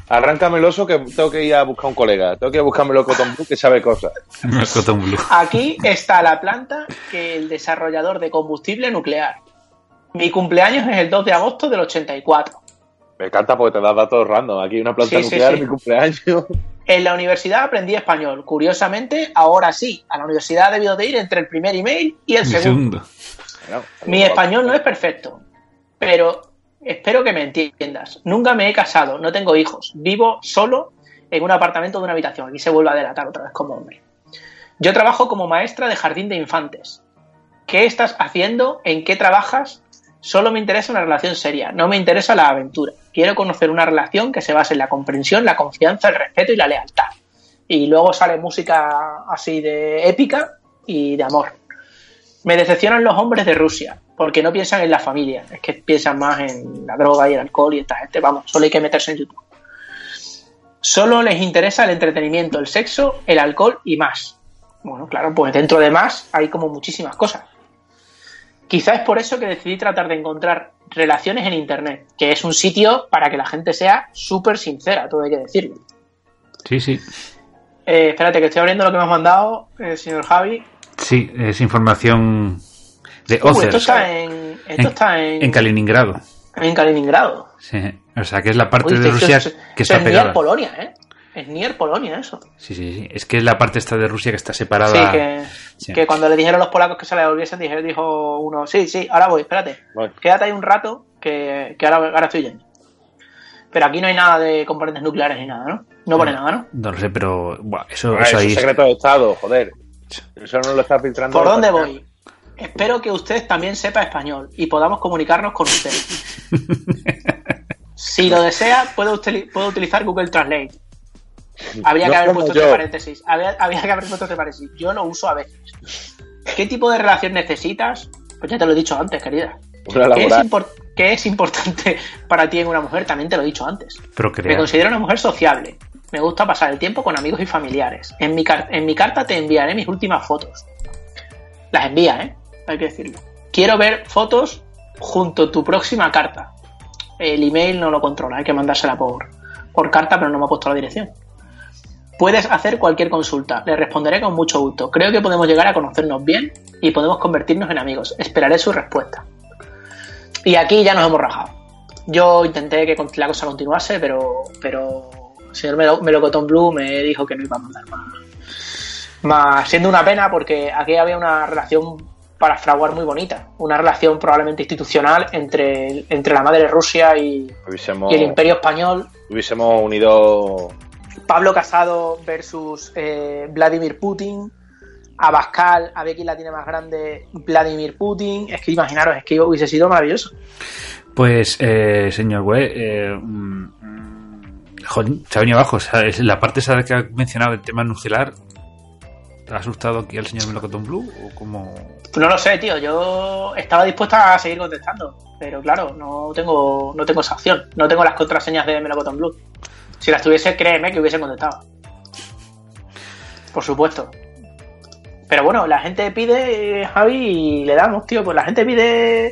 Arráncame el oso que tengo que ir a buscar un colega. Tengo que ir a buscarme el Cotton Blue que sabe cosas. Cotton Blue. Aquí está la planta que el desarrollador de combustible nuclear. Mi cumpleaños es el 2 de agosto del 84. Me encanta porque te das datos random. Aquí hay una planta nuclear, mi cumpleaños. En la universidad aprendí español. Curiosamente, ahora sí, a la universidad he debido de ir entre el primer email y el segundo. Bueno, mi español no es perfecto, pero espero que me entiendas. Nunca me he casado, no tengo hijos. Vivo solo en un apartamento de una habitación. Aquí se vuelve a delatar otra vez como hombre. Yo trabajo como maestra de jardín de infantes. ¿Qué estás haciendo? ¿En qué trabajas? Solo me interesa una relación seria, no me interesa la aventura. Quiero conocer una relación que se base en la comprensión, la confianza, el respeto y la lealtad. Y luego sale música así de épica y de amor. Me decepcionan los hombres de Rusia, porque no piensan en la familia, es que piensan más en la droga y el alcohol y esta gente, vamos, solo hay que meterse en YouTube. Solo les interesa el entretenimiento, el sexo, el alcohol y más. Bueno, claro, pues dentro de más hay como muchísimas cosas. Quizás es por eso que decidí tratar de encontrar relaciones en Internet, que es un sitio para que la gente sea súper sincera, todo hay que decirlo. Sí, sí. Espérate, que estoy abriendo lo que me has mandado, señor Javi. Sí, es información de Ozer. Esto está en Kaliningrado. En Kaliningrado. Sí, o sea que es la parte de Rusia que está pegada. Es Nier Polonia, ¿eh? Es Nier Polonia eso. Sí, sí, sí. Es que es la parte esta de Rusia que está separada. Sí, que cuando le dijeron a los polacos que se le devolviesen, dijo uno, sí, ahora voy, espérate. Bueno. Quédate ahí un rato que ahora estoy yendo. Pero aquí no hay nada de componentes nucleares ni nada, ¿no? No pone nada, ¿no? No lo sé, pero eso ahí es secreto de Estado, joder. Eso no lo está filtrando. ¿Por dónde voy? Espero que usted también sepa español y podamos comunicarnos con usted. Si lo desea, puedo utilizar Google Translate. Habría que haber puesto entre paréntesis. Habría que haber puesto entre paréntesis. Yo lo uso a veces. ¿Qué tipo de relación necesitas? Pues ya te lo he dicho antes, querida. ¿Qué es importante para ti en una mujer? También te lo he dicho antes. Me considero una mujer sociable. Me gusta pasar el tiempo con amigos y familiares. En mi carta te enviaré mis últimas fotos. Las envía, ¿eh? Hay que decirlo. Quiero ver fotos junto a tu próxima carta. El email no lo controla, hay que mandársela por carta, pero no me ha puesto la dirección. Puedes hacer cualquier consulta, le responderé con mucho gusto. Creo que podemos llegar a conocernos bien y podemos convertirnos en amigos. Esperaré su respuesta. Y aquí ya nos hemos rajado. Yo intenté que la cosa continuase, pero el señor Melocotón Blue me dijo que no iba a mandar más. Siendo una pena porque aquí había una relación para fraguar muy bonita. Una relación probablemente institucional entre la madre Rusia y el Imperio Español. Hubiésemos unido... Pablo Casado versus Vladimir Putin, Abascal, a ver quién la tiene más grande, Vladimir Putin. Es que imaginaros, es que hubiese sido maravilloso. Pues, señor Güey, joder, se ha venido abajo. O sea, es la parte esa que ha mencionado del tema nuclear. ¿Te ha asustado aquí al señor Melocotón Blue? ¿O cómo? No lo sé, tío. Yo estaba dispuesta a seguir contestando, pero claro, no tengo esa opción. No tengo las contraseñas de Melocotón Blue. Si las tuviese, créeme que hubiesen contestado. Por supuesto. Pero bueno, la gente pide, Javi, y le damos, tío. Pues la gente pide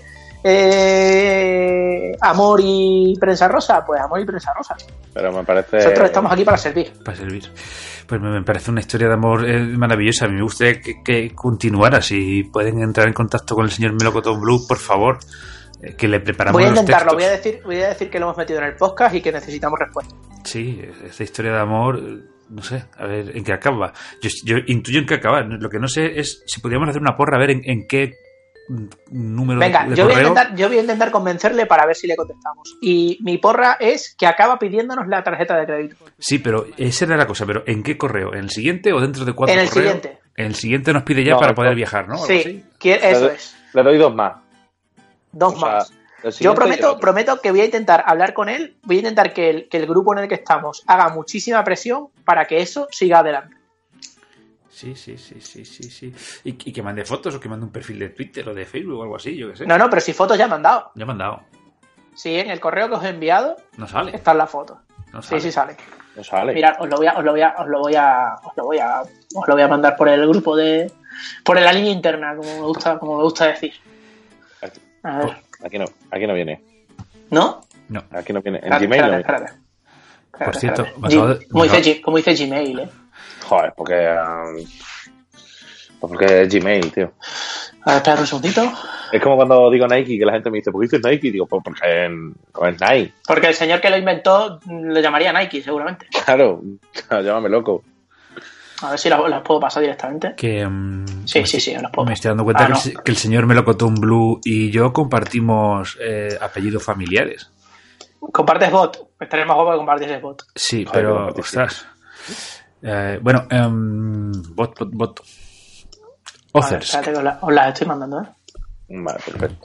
amor y prensa rosa. Pues amor y prensa rosa. Pero me parece... Nosotros estamos aquí para servir. Para servir. Pues me parece una historia de amor maravillosa. A mí me gustaría que continuara. Si pueden entrar en contacto con el señor Melocotón Blue, por favor, que le preparamos los textos. Voy a intentarlo. Voy a decir que lo hemos metido en el podcast y que necesitamos respuesta. Sí, esta historia de amor, no sé, a ver en qué acaba. Yo intuyo en qué acaba. Lo que no sé es si podríamos hacer una porra, a ver en qué número de correo. Yo voy a intentar convencerle para ver si le contestamos. Y mi porra es que acaba pidiéndonos la tarjeta de crédito. Sí, pero esa era la cosa. Pero ¿en qué correo? ¿En el siguiente o dentro de 4 correos? En el siguiente. En el siguiente nos pide ya para poder viajar, ¿no? Sí, eso es. Le doy 2 más. 2 más. Yo prometo que voy a intentar hablar con él, voy a intentar que el grupo en el que estamos haga muchísima presión para que eso siga adelante. Sí. Y que mande fotos o que mande un perfil de Twitter o de Facebook o algo así, yo qué sé. No, pero si fotos ya me han dado. Ya me han dado. Sí, en el correo que os he enviado no sale. Están las fotos. No sale. Sí sale. No sale. Mirad, os lo voy a mandar por el grupo por la línea interna, como me gusta decir. A ver. Aquí no viene. ¿No? No. Aquí no viene. En Gmail no viene. Espérate. Por cierto, como dice Gmail, ¿eh? Joder, porque es Gmail, tío. A ver, espera un segundito. Es como cuando digo Nike, que la gente me dice, ¿por qué dices Nike? Digo, pues porque es Nike. Porque el señor que lo inventó lo llamaría Nike, seguramente. Claro, llámame loco. A ver si las puedo pasar directamente. Que, sí, las puedo. Me estoy dando cuenta que el señor Melocotón Blue y yo compartimos apellidos familiares. Compartes bot. Estaría más guapo que compartieses bot. Sí, Joder, pero, ostras. Bot. Authors. Vale, espérate que os las estoy mandando, ¿eh? Vale, perfecto.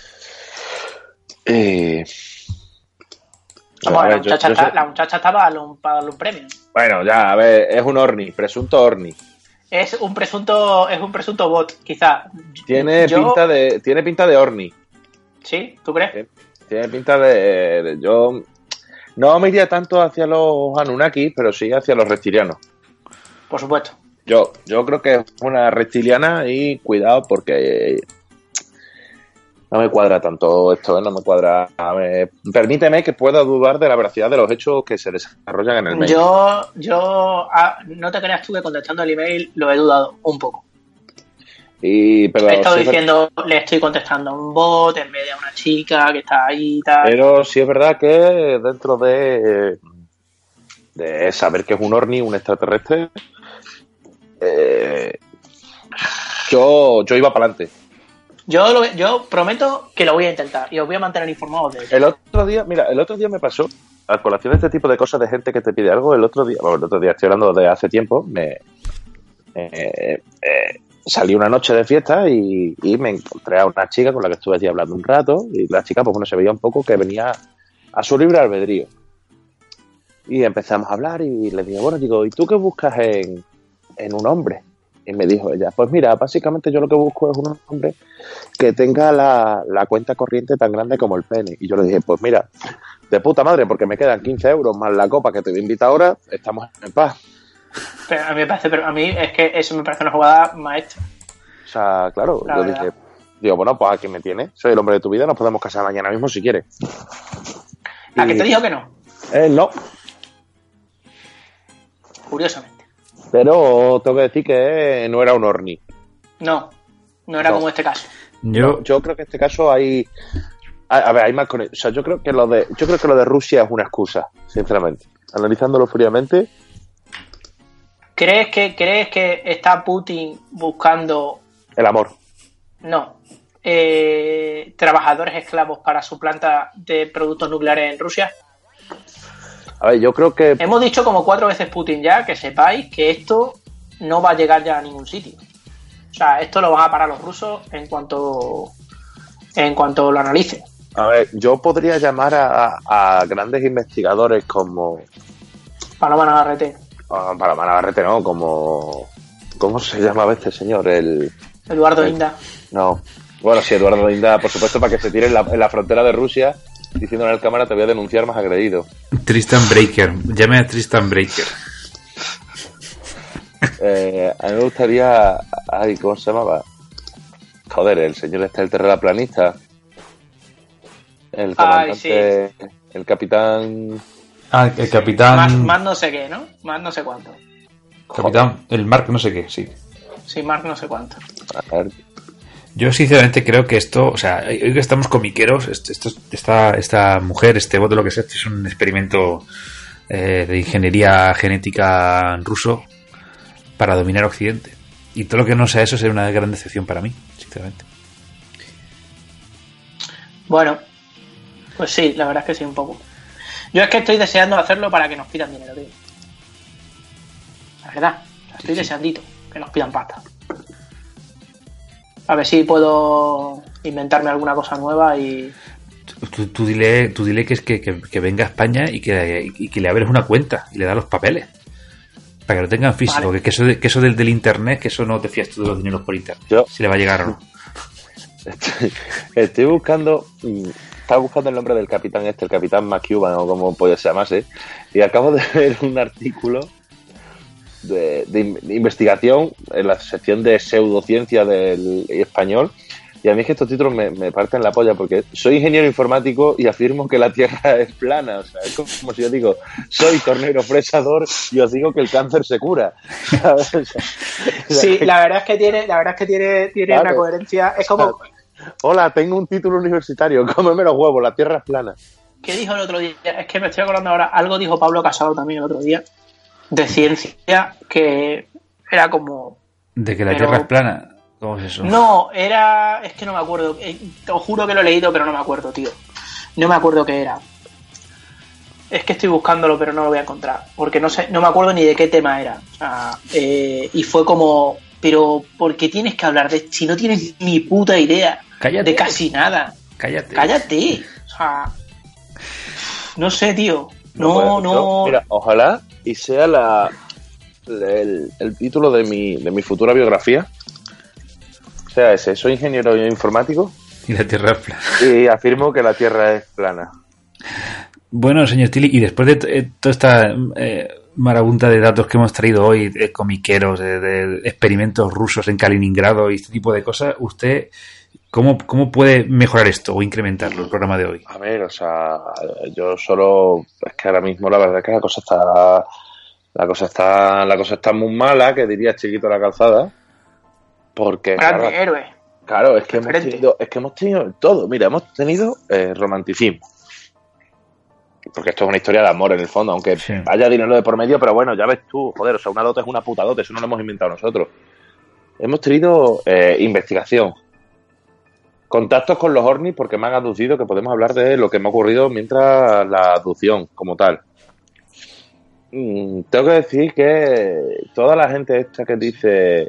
Vamos, la muchacha está para darle un premio. Bueno, ya, a ver, es un Orni, presunto Orni. Es un presunto bot, quizá. Tiene pinta de Orni. ¿Sí? ¿Tú crees? Tiene pinta de... Yo no me iría tanto hacia los Anunnaki, pero sí hacia los reptilianos. Por supuesto. Yo creo que es una reptiliana y cuidado porque no me cuadra tanto esto, no me cuadra. Permíteme que pueda dudar de la veracidad de los hechos que se desarrollan en el mail. Yo no te creas tú que contestando el email lo he dudado un poco. Pero he estado diciendo, le estoy contestando a un bot en vez de a una chica que está ahí y tal. Pero sí es verdad que dentro de saber que es un Orni, un extraterrestre, yo iba para adelante. Yo prometo que lo voy a intentar y os voy a mantener informados de ello. El otro día me pasó, a colación de este tipo de cosas de gente que te pide algo, el otro día estoy hablando de hace tiempo, salí una noche de fiesta y me encontré a una chica con la que estuve allí hablando un rato y la chica, pues bueno, se veía un poco que venía a su libre albedrío. Y empezamos a hablar y le dije, bueno, digo, ¿y tú qué buscas en un hombre? Y me dijo ella, pues mira, básicamente yo lo que busco es un hombre que tenga la cuenta corriente tan grande como el pene. Y yo le dije, pues mira, de puta madre, porque me quedan 15 euros más la copa que te voy a invitar ahora, estamos en paz. Pero a mí es que eso me parece una jugada maestra. O sea, claro, yo dije, digo, bueno, pues aquí me tienes, soy el hombre de tu vida, nos podemos casar mañana mismo si quieres. ¿A qué te dijo que no? No. Curiosamente. Pero tengo que decir que no era un Orni. No era como este caso. Yo creo que en este caso hay... A ver, hay más con... O sea, yo creo que lo de Rusia es una excusa, sinceramente. Analizándolo fríamente. ¿Crees que está Putin buscando... El amor. No. Trabajadores esclavos para su planta de productos nucleares en Rusia? A ver, yo creo que... Hemos dicho como 4 veces Putin ya, que sepáis que esto no va a llegar ya a ningún sitio. O sea, esto lo van a parar los rusos en cuanto lo analicen. A ver, yo podría llamar a grandes investigadores como... Paloma Navarrete. Paloma Navarrete no, como... ¿Cómo se llamaba este señor? Eduardo Inda. No. Bueno, sí, Eduardo Inda, por supuesto, para que se tire en la frontera de Rusia diciéndole al cámara, te voy a denunciar más agredido. Tristan Breaker. Llame a Tristan Breaker. A mí me gustaría... Ay, ¿cómo se llamaba? Joder, el señor el terraplanista. El comandante... Sí. El capitán... El capitán... Más no sé qué, ¿no? Más no sé cuánto. Capitán... El Mark no sé qué, sí. Sí, Mark no sé cuánto. A ver... Yo sinceramente creo que esto, o sea, hoy que estamos comiqueros, esta mujer, este bot, lo que sea, es un experimento de ingeniería genética ruso para dominar Occidente. Y todo lo que no sea eso sería una gran decepción para mí, sinceramente. Bueno, pues sí, la verdad es que sí, un poco. Yo es que estoy deseando hacerlo para que nos pidan dinero, tío. La verdad, estoy deseandito que nos pidan pasta. A ver si puedo inventarme alguna cosa nueva y... Tú dile que venga a España y que le abres una cuenta y le das los papeles. Para que lo tengan físico. Vale. Que eso del internet, que eso no te fías tú de los dineros por internet. Si le va a llegar o no. Estoy buscando... Estaba buscando el nombre del capitán el capitán McCuban o como puede llamarse. Y acabo de ver un artículo... De investigación en la sección de pseudociencia del español Y a mí es que estos títulos me parten la polla porque soy ingeniero informático y afirmo que la Tierra es plana. O sea, es como si yo digo, soy tornero fresador y os digo que el cáncer se cura. ¿Sabes? O sea, Sí, la verdad es que tiene Claro. una coherencia. Es como... Hola, tengo un título universitario, cómeme los huevos, la Tierra es plana. ¿Qué dijo el otro día? Es que me estoy acordando ahora. Algo dijo Pablo Casado también el otro día. De ciencia, que era como... De que la Pero- Tierra es plana. ¿Cómo es eso? No, era... Es que no me acuerdo. Te juro que lo he leído, pero no me acuerdo, tío. No me acuerdo qué era. Es que estoy buscándolo, pero no lo voy a encontrar. Porque no sé, no me acuerdo ni de qué tema era. O sea, y fue como... Pero, ¿por qué tienes que hablar de... Si no tienes ni puta idea Cállate. de casi nada? Cállate. Cállate. O sea... No sé, tío. Yo, No. mira, ojalá y sea el título de mi futura biografía. O sea, ese, soy ingeniero informático Y la Tierra es plana. y afirmo que la Tierra es plana. Bueno, señor Tilly, y después de toda esta marabunta de datos que hemos traído hoy, de comiqueros, de experimentos rusos en Kaliningrado y este tipo de cosas, ¿usted cómo puede mejorar esto o incrementarlo, el programa de hoy? A ver, o sea, yo solo... Es que ahora mismo la verdad es que la cosa está muy mala, que diría Chiquito la Calzada. Porque, Grande héroe. claro, es que Referente. hemos tenido todo. Mira, hemos tenido romanticismo. Porque esto es una historia de amor en el fondo, aunque Sí. haya dinero de por medio, pero bueno, ya ves tú, joder, o sea, una dote es una puta dote, eso no lo hemos inventado nosotros. Hemos tenido investigación, contactos con los ovnis porque me han aducido que podemos hablar de lo que me ha ocurrido mientras la abducción como tal. Tengo que decir que toda la gente esta que dice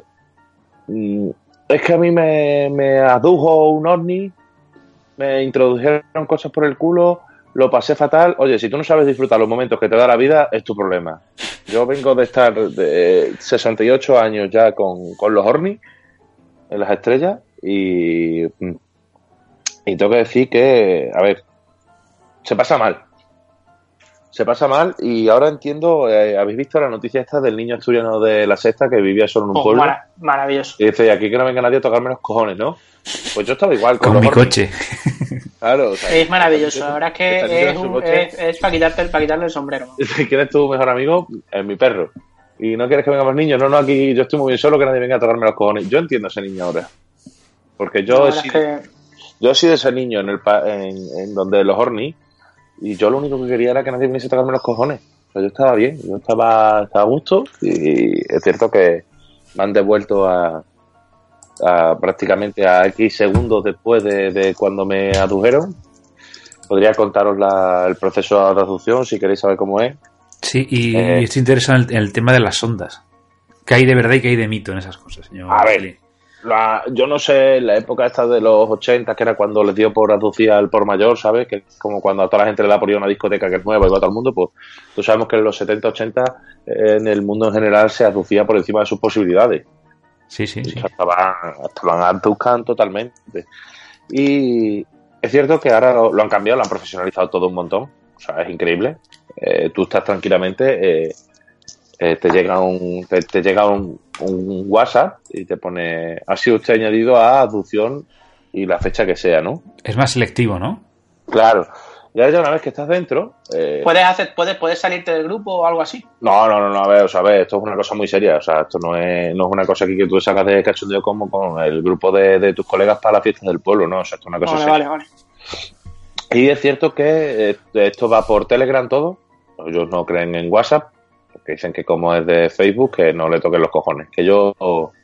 es que a mí me adujo un ovni, me introdujeron cosas por el culo, lo pasé fatal. Oye, si tú no sabes disfrutar los momentos que te da la vida, es tu problema. Yo vengo de estar de 68 años ya con los ovnis en las estrellas y tengo que decir que, a ver, se pasa mal. Se pasa mal y ahora entiendo, ¿habéis visto la noticia esta del niño asturiano de la Sexta que vivía solo en un pueblo? Maravilloso. Y dice, aquí que no venga nadie a tocarme los cojones, ¿no? Pues yo estaba igual Con los mi ovnis. coche. Claro, o sea, Es maravilloso. La verdad es esta que en su coche. es para quitarle el sombrero. Si quieres tu mejor amigo, es mi perro. Y no quieres que vengan los niños, no, aquí yo estoy muy bien solo, que nadie venga a tocarme los cojones. Yo entiendo a ese niño ahora. Porque yo La he verdad es sido, que- yo he sido ese niño en donde los ovnis, y yo lo único que quería era que nadie viniese a tocarme los cojones. O sea, yo estaba bien, yo estaba a gusto, y es cierto que me han devuelto a prácticamente a X segundos después de cuando me adujeron. Podría contaros el proceso de aducción si queréis saber cómo es. Sí, y estoy interesado en el tema de las ondas. ¿Qué hay de verdad y qué hay de mito en esas cosas, señor A ver. Tilly? Yo no sé, la época esta de los 80, que era cuando les dio por aducir al por mayor, ¿sabes? Que es como cuando a toda la gente le da por ir a una discoteca que es nueva y va a todo el mundo, pues tú sabemos que en los 70, 80 en el mundo en general se aducía por encima de sus posibilidades. Sí, sí, O sí. sea, estaban aduzcan totalmente. Y es cierto que ahora lo han cambiado, lo han profesionalizado todo un montón. O sea, es increíble. Tú estás tranquilamente, te llega un WhatsApp y te pone, ha sido usted añadido a aducción y la fecha que sea, ¿no? Es más selectivo, ¿no? Claro. Ya una vez que estás dentro... ¿Puedes salirte del grupo o algo así? No, a ver, esto es una cosa muy seria, o sea, esto no es una cosa aquí que tú sacas de cachondeo como con el grupo de tus colegas para la fiesta del pueblo, ¿no? O sea, esto es una cosa seria. Vale. Y es cierto que esto va por Telegram todo, ellos no creen en WhatsApp, porque dicen que como es de Facebook, que no le toquen los cojones, que yo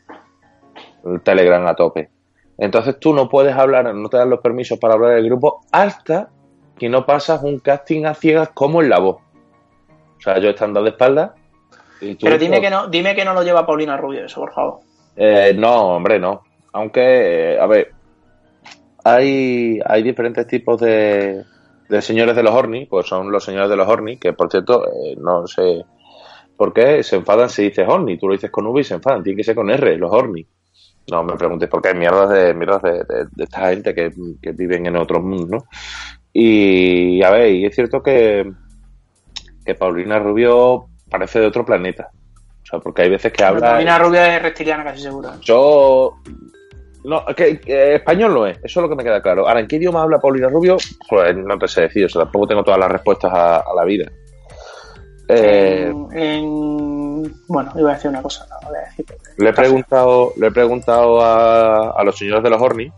el Telegram a tope. Entonces tú no puedes hablar, no te dan los permisos para hablar del grupo hasta que no pasas un casting a ciegas como en La Voz. O sea, yo estando de espaldas. Y tú, Pero dime que no lo lleva Paulina Rubio, eso, por favor. no, hombre, no. Aunque, a ver, hay diferentes tipos de señores de los ovnis, pues son los señores de los ovnis, que por cierto, no sé por qué se enfadan si dices ovni. Tú lo dices con V y se enfadan, tiene que ser con R, los ovnis. No me preguntes por qué, mierdas de esta gente que viven en otros mundos, ¿no? Y a ver, y es cierto que Paulina Rubio parece de otro planeta. O sea, porque hay veces que habla... Paulina Rubio es reptiliana, casi seguro. Yo No, que español no es, eso es lo que me queda claro. Ahora, ¿en qué idioma habla Paulina Rubio? Pues no te sé decir, o sea, tampoco tengo todas las respuestas a la vida. Bueno, iba a decir una cosa, no voy a decir. Le he preguntado a los señores de los Hornis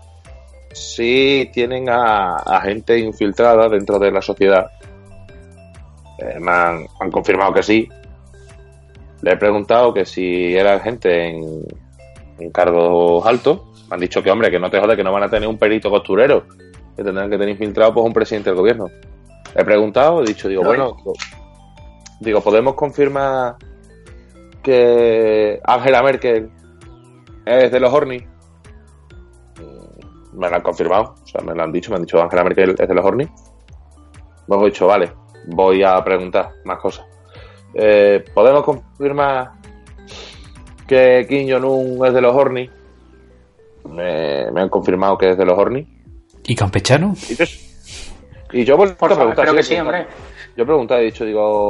si tienen a gente infiltrada dentro de la sociedad. Me han confirmado que sí. Le he preguntado que si era gente en cargos altos. Me han dicho que, hombre, que no te jode, que no van a tener un perito costurero, que tendrán que tener infiltrado pues un presidente del gobierno. He preguntado, he dicho, bueno, ¿podemos confirmar que Angela Merkel es de los Hornis? Me lo han confirmado, o sea, me lo han dicho, Angela Merkel es de los Hornis. Luego he dicho, vale, voy a preguntar más cosas. ¿Podemos confirmar que Kim Jong-un es de los Hornis? Me han confirmado que es de los Hornis. ¿Y campechano? Y yo vuelvo a preguntar. Creo que sí, hombre. Yo he preguntado, he dicho,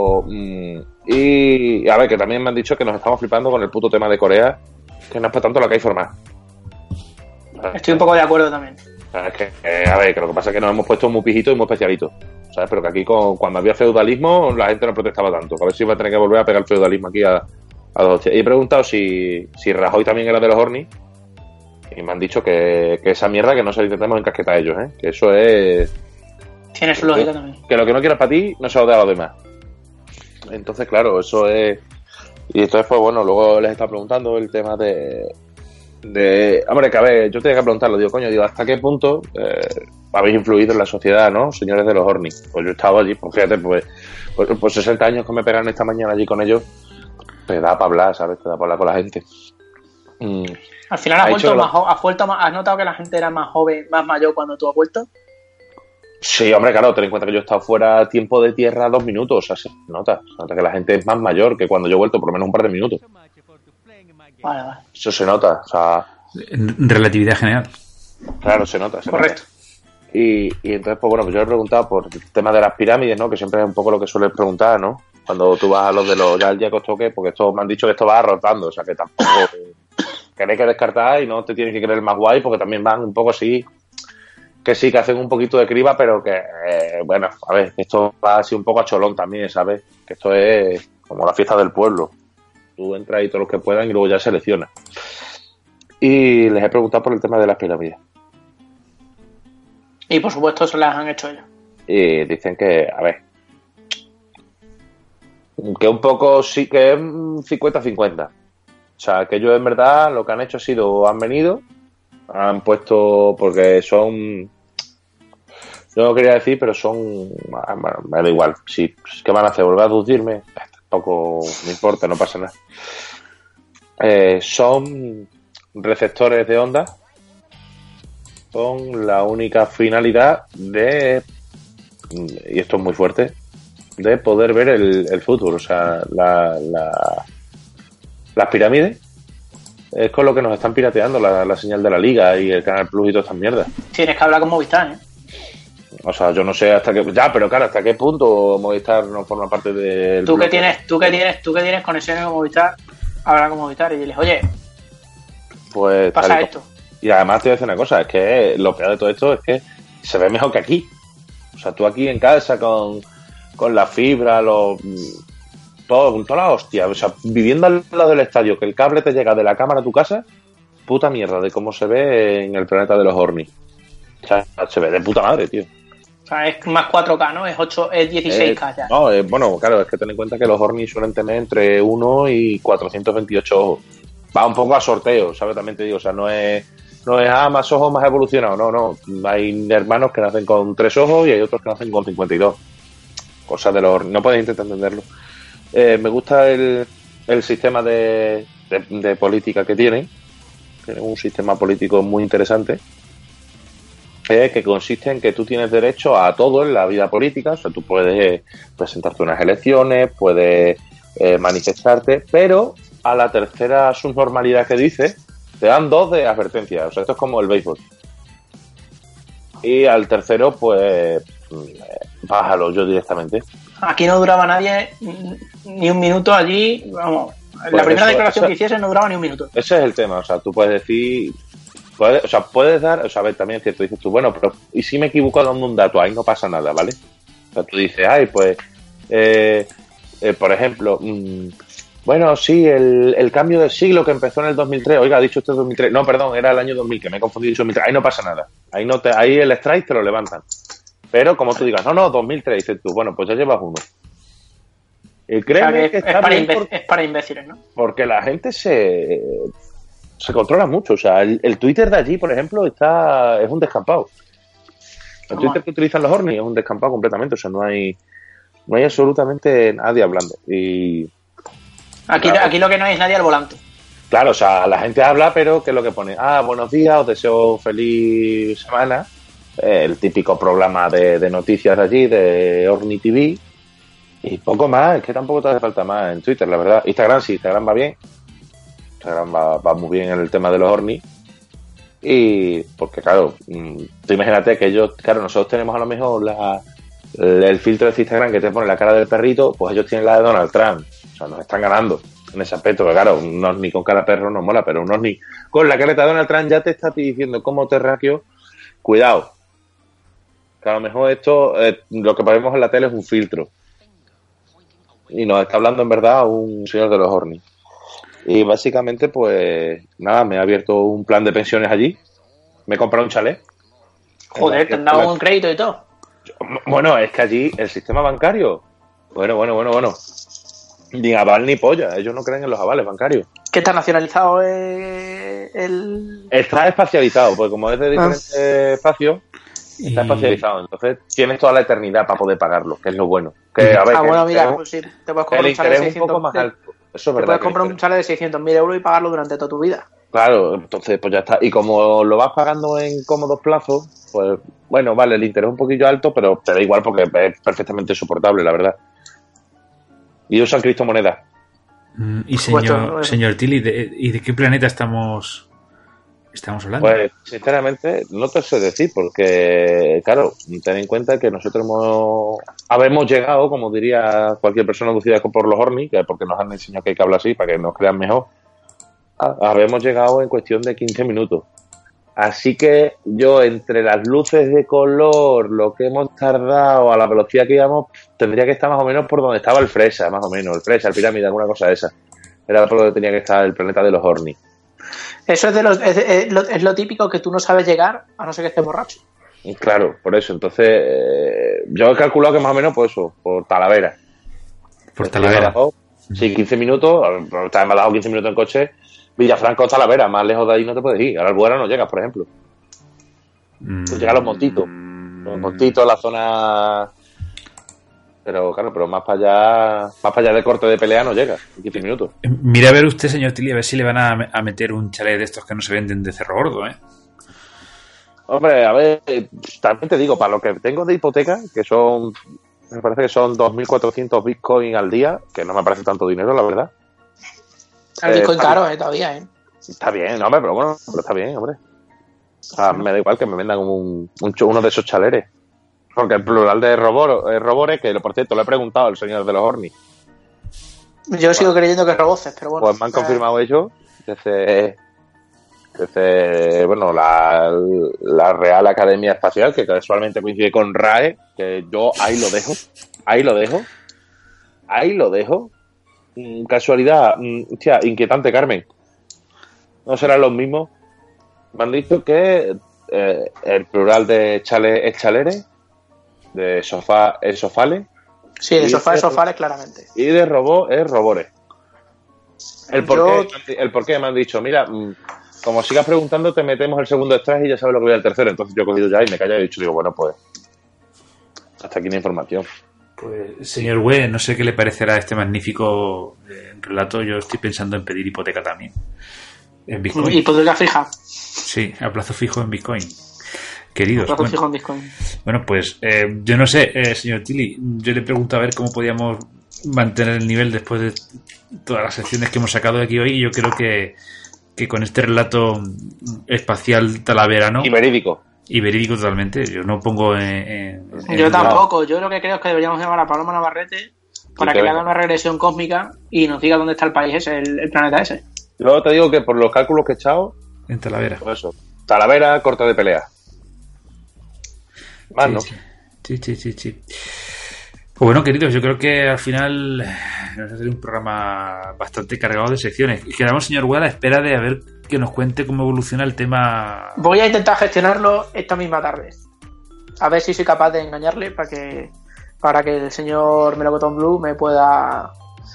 y a ver, que también me han dicho que nos estamos flipando con el puto tema de Corea, que no es para tanto lo que hay formar. Estoy un poco de acuerdo también. Es que, a ver, que lo que pasa es que nos hemos puesto muy pijitos y muy especialitos, ¿sabes? Pero que aquí cuando había feudalismo la gente no protestaba tanto. A ver si va a tener que volver a pegar el feudalismo aquí a los hostias. Y he preguntado si Rajoy también era de los Hornis y me han dicho que esa mierda que no se lo intentemos encasquetar a ellos, ¿eh? Que eso es... Tiene su lógica también. Que lo que no quieras para ti no se lo dé a los demás. Entonces, claro, eso es... Y entonces, pues bueno, luego les está preguntando el tema de... Hombre, que a ver, yo tenía que preguntarlo, digo, ¿hasta qué punto habéis influido en la sociedad, ¿no? Señores de los Hornis. Pues yo he estado allí, pues fíjate, pues 60 años que me pegaron esta mañana allí con ellos, te da para hablar, ¿sabes? Te da para hablar con la gente. Al final has notado que la gente era más joven, más mayor cuando tú has vuelto. Sí, hombre, claro, ten en cuenta que yo he estado fuera tiempo de tierra 2 minutos, o sea, se nota que la gente es más mayor que cuando yo he vuelto, por lo menos un par de minutos. Vale. Eso se nota, o sea... Relatividad general. Claro, se nota. Correcto. Y entonces, pues bueno, pues yo he preguntado por el tema de las pirámides, ¿no? Que siempre es un poco lo que sueles preguntar, ¿no? Cuando tú vas a los de los... Ya el día que os toque, porque esto me han dicho que esto va rotando, o sea, que tampoco... que hay que descartar y no te tienes que creer más guay, porque también van un poco así... Que sí, que hacen un poquito de criba, pero que, bueno, a ver, esto va así un poco a cholón también, ¿sabes? Que esto es como la fiesta del pueblo. Tú entras y todos los que puedan y luego ya seleccionas. Y les he preguntado por el tema de las pirámides. Y por supuesto se las han hecho ellos. Y dicen que, a ver, que un poco sí que es 50-50. O sea, que ellos en verdad lo que han hecho ha sido, han venido... Han puesto, porque son, yo no quería decir, pero son, bueno, me da igual, si ¿qué van a hacer? ¿Volver a aducirme? Tampoco me importa, no pasa nada. Son receptores de ondas con la única finalidad de, y esto es muy fuerte, de poder ver el futuro, o sea, las pirámides. Es con lo que nos están pirateando la señal de la Liga y el Canal Plus y todas estas mierdas. Tienes que hablar con Movistar, ¿eh? O sea, yo no sé hasta qué... Ya, pero claro, ¿hasta qué punto Movistar no forma parte del... Tú que tienes conexiones con Movistar, habla con Movistar y diles, oye, pues pasa esto. Y además te voy a decir una cosa, es que lo peor de todo esto es que se ve mejor que aquí. O sea, tú aquí en casa con la fibra, con toda la hostia, o sea, viviendo al lado del estadio, que el cable te llega de la cámara a tu casa, puta mierda de cómo se ve en el planeta de los Hornis. O sea, se ve de puta madre, tío. O sea, es más 4K, ¿no? Es 16K ya. No, bueno, claro, es que ten en cuenta que los Hornis suelen tener entre 1 y 428 ojos. Va un poco a sorteo, ¿sabes? También te digo, o sea, no es más ojos, más evolucionado, no. Hay hermanos que nacen con 3 ojos y hay otros que nacen con 52. Cosas de los Hornis, no puedes intentar entenderlo. Me gusta el sistema de política que tienen. Tienen un sistema político muy interesante, que consiste en que tú tienes derecho a todo en la vida política. O sea, tú puedes presentarte a unas elecciones, puedes manifestarte, pero a la tercera subnormalidad que dices, te dan 2 de advertencia. O sea, esto es como el béisbol. Y al tercero, pues, bájalo yo directamente. Aquí no duraba nadie ni un minuto allí, vamos. Pues la primera declaración que hiciese no duraba ni un minuto. Ese es el tema, o sea, tú puedes decir puedes dar, a ver, también es cierto, dices tú, bueno, pero ¿y si me equivoco dando un dato? Ahí no pasa nada, ¿vale? O sea, tú dices, pues, por ejemplo, bueno, sí, el cambio de siglo que empezó en el 2003, oiga, ha dicho usted 2003, no, perdón, era el año 2000, que me he confundido, 2003, ahí no pasa nada, ahí el strike te lo levantan. Pero como tú digas, no, 2003, dices tú, bueno, pues ya llevas uno. Y créeme que está bien es para imbéciles, ¿no? porque la gente se controla mucho. O sea, el Twitter de allí, por ejemplo, es un descampado. El Twitter que utilizan los Horny es un descampado completamente. O sea, no hay absolutamente nadie hablando. Y aquí lo que no hay es nadie al volante. Claro, o sea, la gente habla, pero ¿qué es lo que pone? Buenos días, os deseo feliz semana. El típico programa de noticias de allí, de Horny TV. Y poco más, es que tampoco te hace falta más en Twitter, la verdad. Instagram sí, Instagram va bien. Instagram va muy bien en el tema de los Horny. Y porque, claro, tú imagínate que nosotros tenemos a lo mejor el filtro de Instagram que te pone la cara del perrito, pues ellos tienen la de Donald Trump. O sea, nos están ganando en ese aspecto. Pero claro, un Horny con cara de perro no mola, pero un Horny con la careta de Donald Trump ya te está diciendo cómo terráqueo. Cuidado. Que a lo mejor esto, lo que ponemos en la tele es un filtro. Y nos está hablando en verdad un señor de los Horny. Y básicamente, pues nada, me he abierto un plan de pensiones allí. Me he comprado un chalet. Joder, te han dado un crédito y todo. Bueno, es que allí el sistema bancario. Bueno. Ni aval ni polla. Ellos no creen en los avales bancarios. ¿Qué está nacionalizado el...? Está espacializado, porque como es de diferentes espacios, está espacializado. Entonces tienes toda la eternidad para poder pagarlo, que es lo bueno. Que, a ver, bueno, mira, pues sí, te puedes comprar el un chalet de interés es un poco más alto. Eso es verdad. Te puedes comprar un chalet de 600.000 euros y pagarlo durante toda tu vida. Claro, entonces pues ya está. Y como lo vas pagando en cómodos plazos, pues bueno, vale, el interés es un poquillo alto, pero te da igual porque es perfectamente soportable, la verdad. Y usan criptomonedas. Y señor Tilly, ¿y de qué planeta estamos hablando? Pues sinceramente no te sé decir, porque claro, ten en cuenta que nosotros habemos llegado, como diría cualquier persona lucida por los Horny, que porque nos han enseñado que hay que hablar así para que nos crean mejor, habemos llegado en cuestión de 15 minutos. Así que yo, entre las luces de color, lo que hemos tardado, a la velocidad que íbamos, tendría que estar más o menos por donde estaba el Fresa, más o menos, el Fresa, el Pirámide, alguna cosa de esa. Era por donde tenía que estar el planeta de los Horny. Eso es lo típico que tú no sabes llegar a no ser que estés borracho. Claro, por eso. Entonces, yo he calculado que más o menos por eso, por Talavera. Por Talavera. Sí, 15 minutos, me ha dado 15 minutos en coche. Villafranca o Talavera, más lejos de ahí no te puedes ir. A la Albuera no llegas, por ejemplo. Tú llegas a Los Montitos. Los Montitos, la zona... Pero claro, más para allá de corte de pelea no llega, en 15 minutos. Mira a ver usted, señor Tilly, a ver si le van a meter un chalet de estos que no se venden de Cerro Gordo, ¿eh? Hombre, a ver, también te digo, para lo que tengo de hipoteca, que me parece que son 2.400 bitcoins al día, que no me parece tanto dinero, la verdad. El bitcoin caro, todavía, ¿eh? Está bien, hombre, pero está bien, hombre. O sea, me da igual que me vendan uno de esos chaleres. Porque el plural de robores, que por cierto, le he preguntado al señor de los Horny. Yo sigo creyendo que es roboces, pero bueno. Pues me han confirmado ellos desde bueno, la Real Academia Espacial, que casualmente coincide con RAE, que yo ahí lo dejo. Casualidad, hostia, inquietante, Carmen. ¿No serán los mismos? Me han dicho que el plural de chale es chalere, de sofá es sofale. Sí, de sofá es sofales, claramente. Y de robot es robores. El por qué me han dicho, mira, como sigas preguntando, te metemos el segundo extraje y ya sabes lo que voy al tercero. Entonces yo he cogido ya y me he callado y he dicho, digo, bueno, pues hasta aquí la información. Pues, señor Wee, no sé qué le parecerá este magnífico relato. Yo estoy pensando en pedir hipoteca también. En Bitcoin. Hipoteca fija. Sí, a plazo fijo en Bitcoin. Queridos. A plazo fijo en Bitcoin. Bueno, pues yo no sé, señor Tilly. Yo le pregunto a ver cómo podíamos mantener el nivel después de todas las secciones que hemos sacado de aquí hoy. Y yo creo que con este relato espacial talaverano. Y verídico totalmente. Yo no pongo yo tampoco. Yo lo que creo es que deberíamos llamar a Paloma Navarrete para que le haga una regresión cósmica y nos diga dónde está el país ese, el planeta ese. Yo te digo que por los cálculos que he echado, en Talavera. Por eso, Talavera, corte de pelea. Más, Sí, ¿no? sí. Pues bueno, queridos, yo creo que al final nos va a ser un programa bastante cargado de secciones. Y quedamos, señor Wea, a la espera de a ver que nos cuente cómo evoluciona el tema. Voy a intentar gestionarlo esta misma tarde. A ver si soy capaz de engañarle para que el señor Melocotón Blue me pueda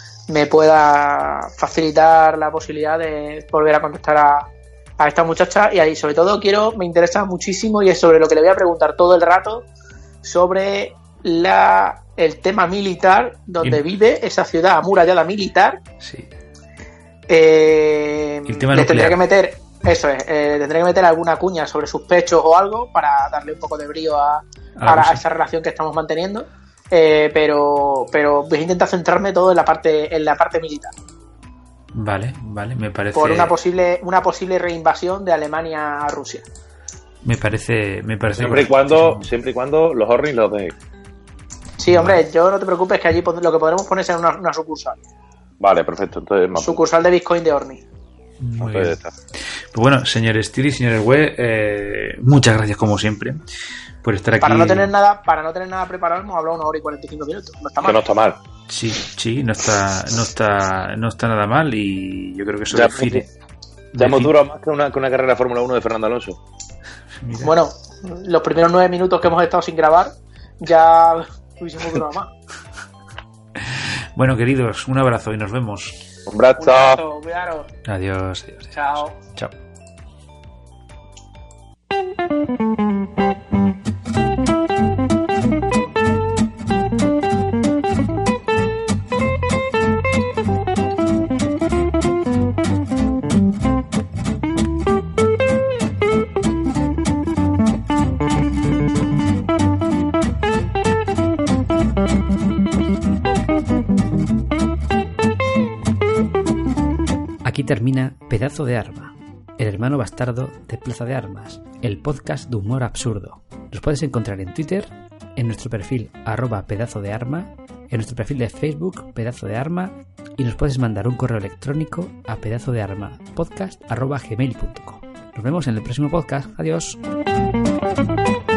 facilitar la posibilidad de volver a contestar a esta muchacha. Y ahí, sobre todo, me interesa muchísimo, y es sobre lo que le voy a preguntar todo el rato, sobre el tema militar, donde vive esa ciudad amurallada militar. Sí. El tema le nuclear. tendré que meter, eso es, tendré que meter alguna cuña sobre sus pechos o algo para darle un poco de brío a esa relación que estamos manteniendo. Pero voy a intentar centrarme todo en la parte militar. Vale, me parece. Por una posible reinvasión de Alemania a Rusia. Me parece. Siempre y cuando los Ornis los dejen. Sí, hombre, yo no te preocupes, que allí lo que podremos poner será una sucursal. Vale, perfecto. Entonces, Sucursal de Bitcoin de Orni. Muy bien. Pues bueno, señor Steele y señor Web, muchas gracias como siempre por estar aquí. Para no tener nada preparado, hemos hablado 1 hora y 45 minutos. No está mal. Que no está mal. Sí, no está nada mal, y yo creo que eso define. Ya hemos durado más que una carrera de Fórmula 1 de Fernando Alonso. Mira. Bueno, los primeros 9 minutos que hemos estado sin grabar ya hubiésemos durado más. Bueno, queridos, un abrazo y nos vemos. Un abrazo. Cuidado. Adiós. Chao. Aquí termina Pedazo de Arma, el hermano bastardo de Plaza de Armas, el podcast de humor absurdo. Nos puedes encontrar en Twitter, en nuestro perfil @pedazo de arma, en nuestro perfil de Facebook Pedazo de Arma, y nos puedes mandar un correo electrónico a pedazodearmapodcast@gmail.com. Nos vemos en el próximo podcast. Adiós.